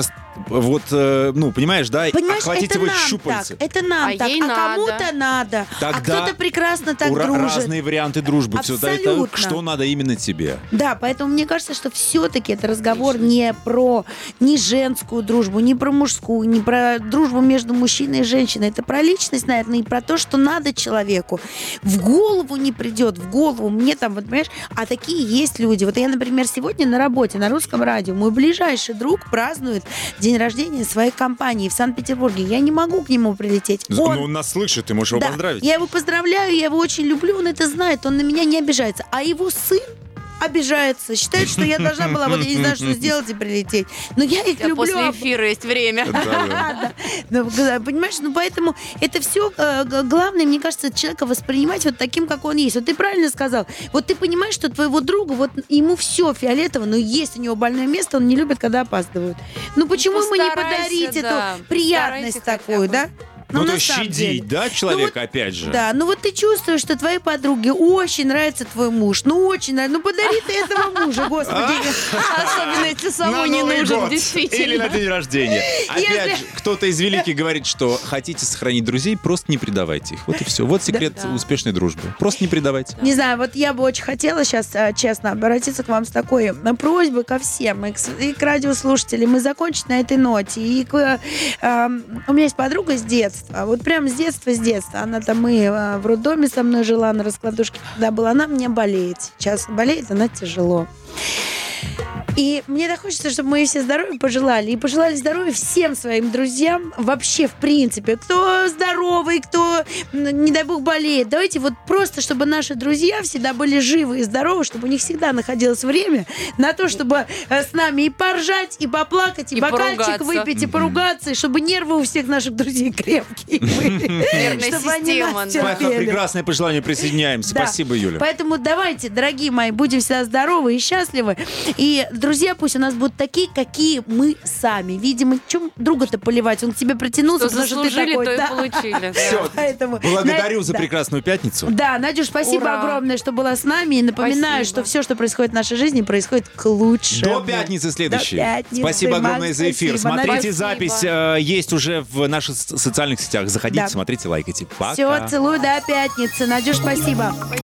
ну, понимаешь, да, Понимаешь, охватить это его нам щупальцы. так, это нам так, ей а надо. кому-то надо. Тогда А кто-то прекрасно так дружит. Разные варианты дружбы. Все это, Абсолютно. что надо именно тебе. Да, поэтому мне кажется, что все-таки это разговор не про ни женскую дружбу, не про мужскую, не про дружбу между мужчиной и женщиной. Это про личность, наверное, и про то, что надо человеку. В голову не придет, в голову. Мне там, вот понимаешь, а такие есть люди. Вот я, например, сегодня на работе, на Русском радио, мой ближайший друг празднует день рождения своей компании в Санкт-Петербурге. Я не могу к нему прилететь. Ну, он нас слышит, ты можешь его поздравить. Я его поздравляю, я его очень люблю, он это знает, он на меня не обижается. А его сын обижается, считает, что я должна была, вот я не знаю, что сделать и прилететь. Но я их люблю. После эфира есть время. Да. Понимаешь, ну поэтому это все главное, мне кажется, человека воспринимать вот таким, как он есть. Вот ты правильно сказал. Вот ты понимаешь, что твоего друга, вот ему все фиолетово, но есть у него больное место, он не любит, когда опаздывают. Ну почему ему не подарить эту приятность такую, да? Ну, то на есть самом деле. щадить, да, человека, опять же? Да, ну вот ты чувствуешь, что твоей подруге очень нравится твой муж. Ну, очень нравится. Ну, подари ты этого мужа, господи. Особенно если самому не нужен, действительно. Или на день рождения. Опять же, кто-то из великих говорит, что хотите сохранить друзей, просто не предавайте их. Вот и все. Вот секрет успешной дружбы. Просто не предавайте. Не знаю, вот я бы очень хотела сейчас, честно, обратиться к вам с такой просьбой ко всем, и к радиослушателям, и закончить на этой ноте. И у меня есть подруга с детства. Вот прям с детства. Она там и в роддоме со мной жила, на раскладушке, когда была. Она мне болеет. Сейчас болеет, она тяжело. И мне так хочется, чтобы мы ей все здоровья пожелали. И пожелали здоровья всем своим друзьям. Вообще, в принципе. Кто здоровый, кто, не дай бог, болеет. Давайте вот просто, чтобы наши друзья всегда были живы и здоровы, чтобы у них всегда находилось время на то, чтобы с нами и поржать, и поплакать, и бокальчик выпить, и поругаться, и чтобы нервы у всех наших друзей крепкие были. Нервная Чтобы они система. нас терпели. Прекрасное пожелание, присоединяемся. Да. Спасибо, Юля. Поэтому давайте, дорогие мои, будем всегда здоровы и счастливы. И, друзья, пусть у нас будут такие, какие мы сами. Видимо, чем друга-то поливать? Он к тебе протянулся, Что потому что ты заслужили, такой. то и Да. получили. Все. Поэтому, Благодарю за да. прекрасную пятницу. Да, Надюш, спасибо Ура. огромное, что была с нами. И напоминаю, Спасибо. что все, что происходит в нашей жизни, происходит к лучшему. До пятницы следующей. До пятницы, Спасибо Макс, огромное за эфир. спасибо. Смотрите Спасибо. запись. Есть уже в наших социальных сетях. Заходите, Да. смотрите, лайкайте. Пока. Все, целую, до пятницы. Надюш, спасибо.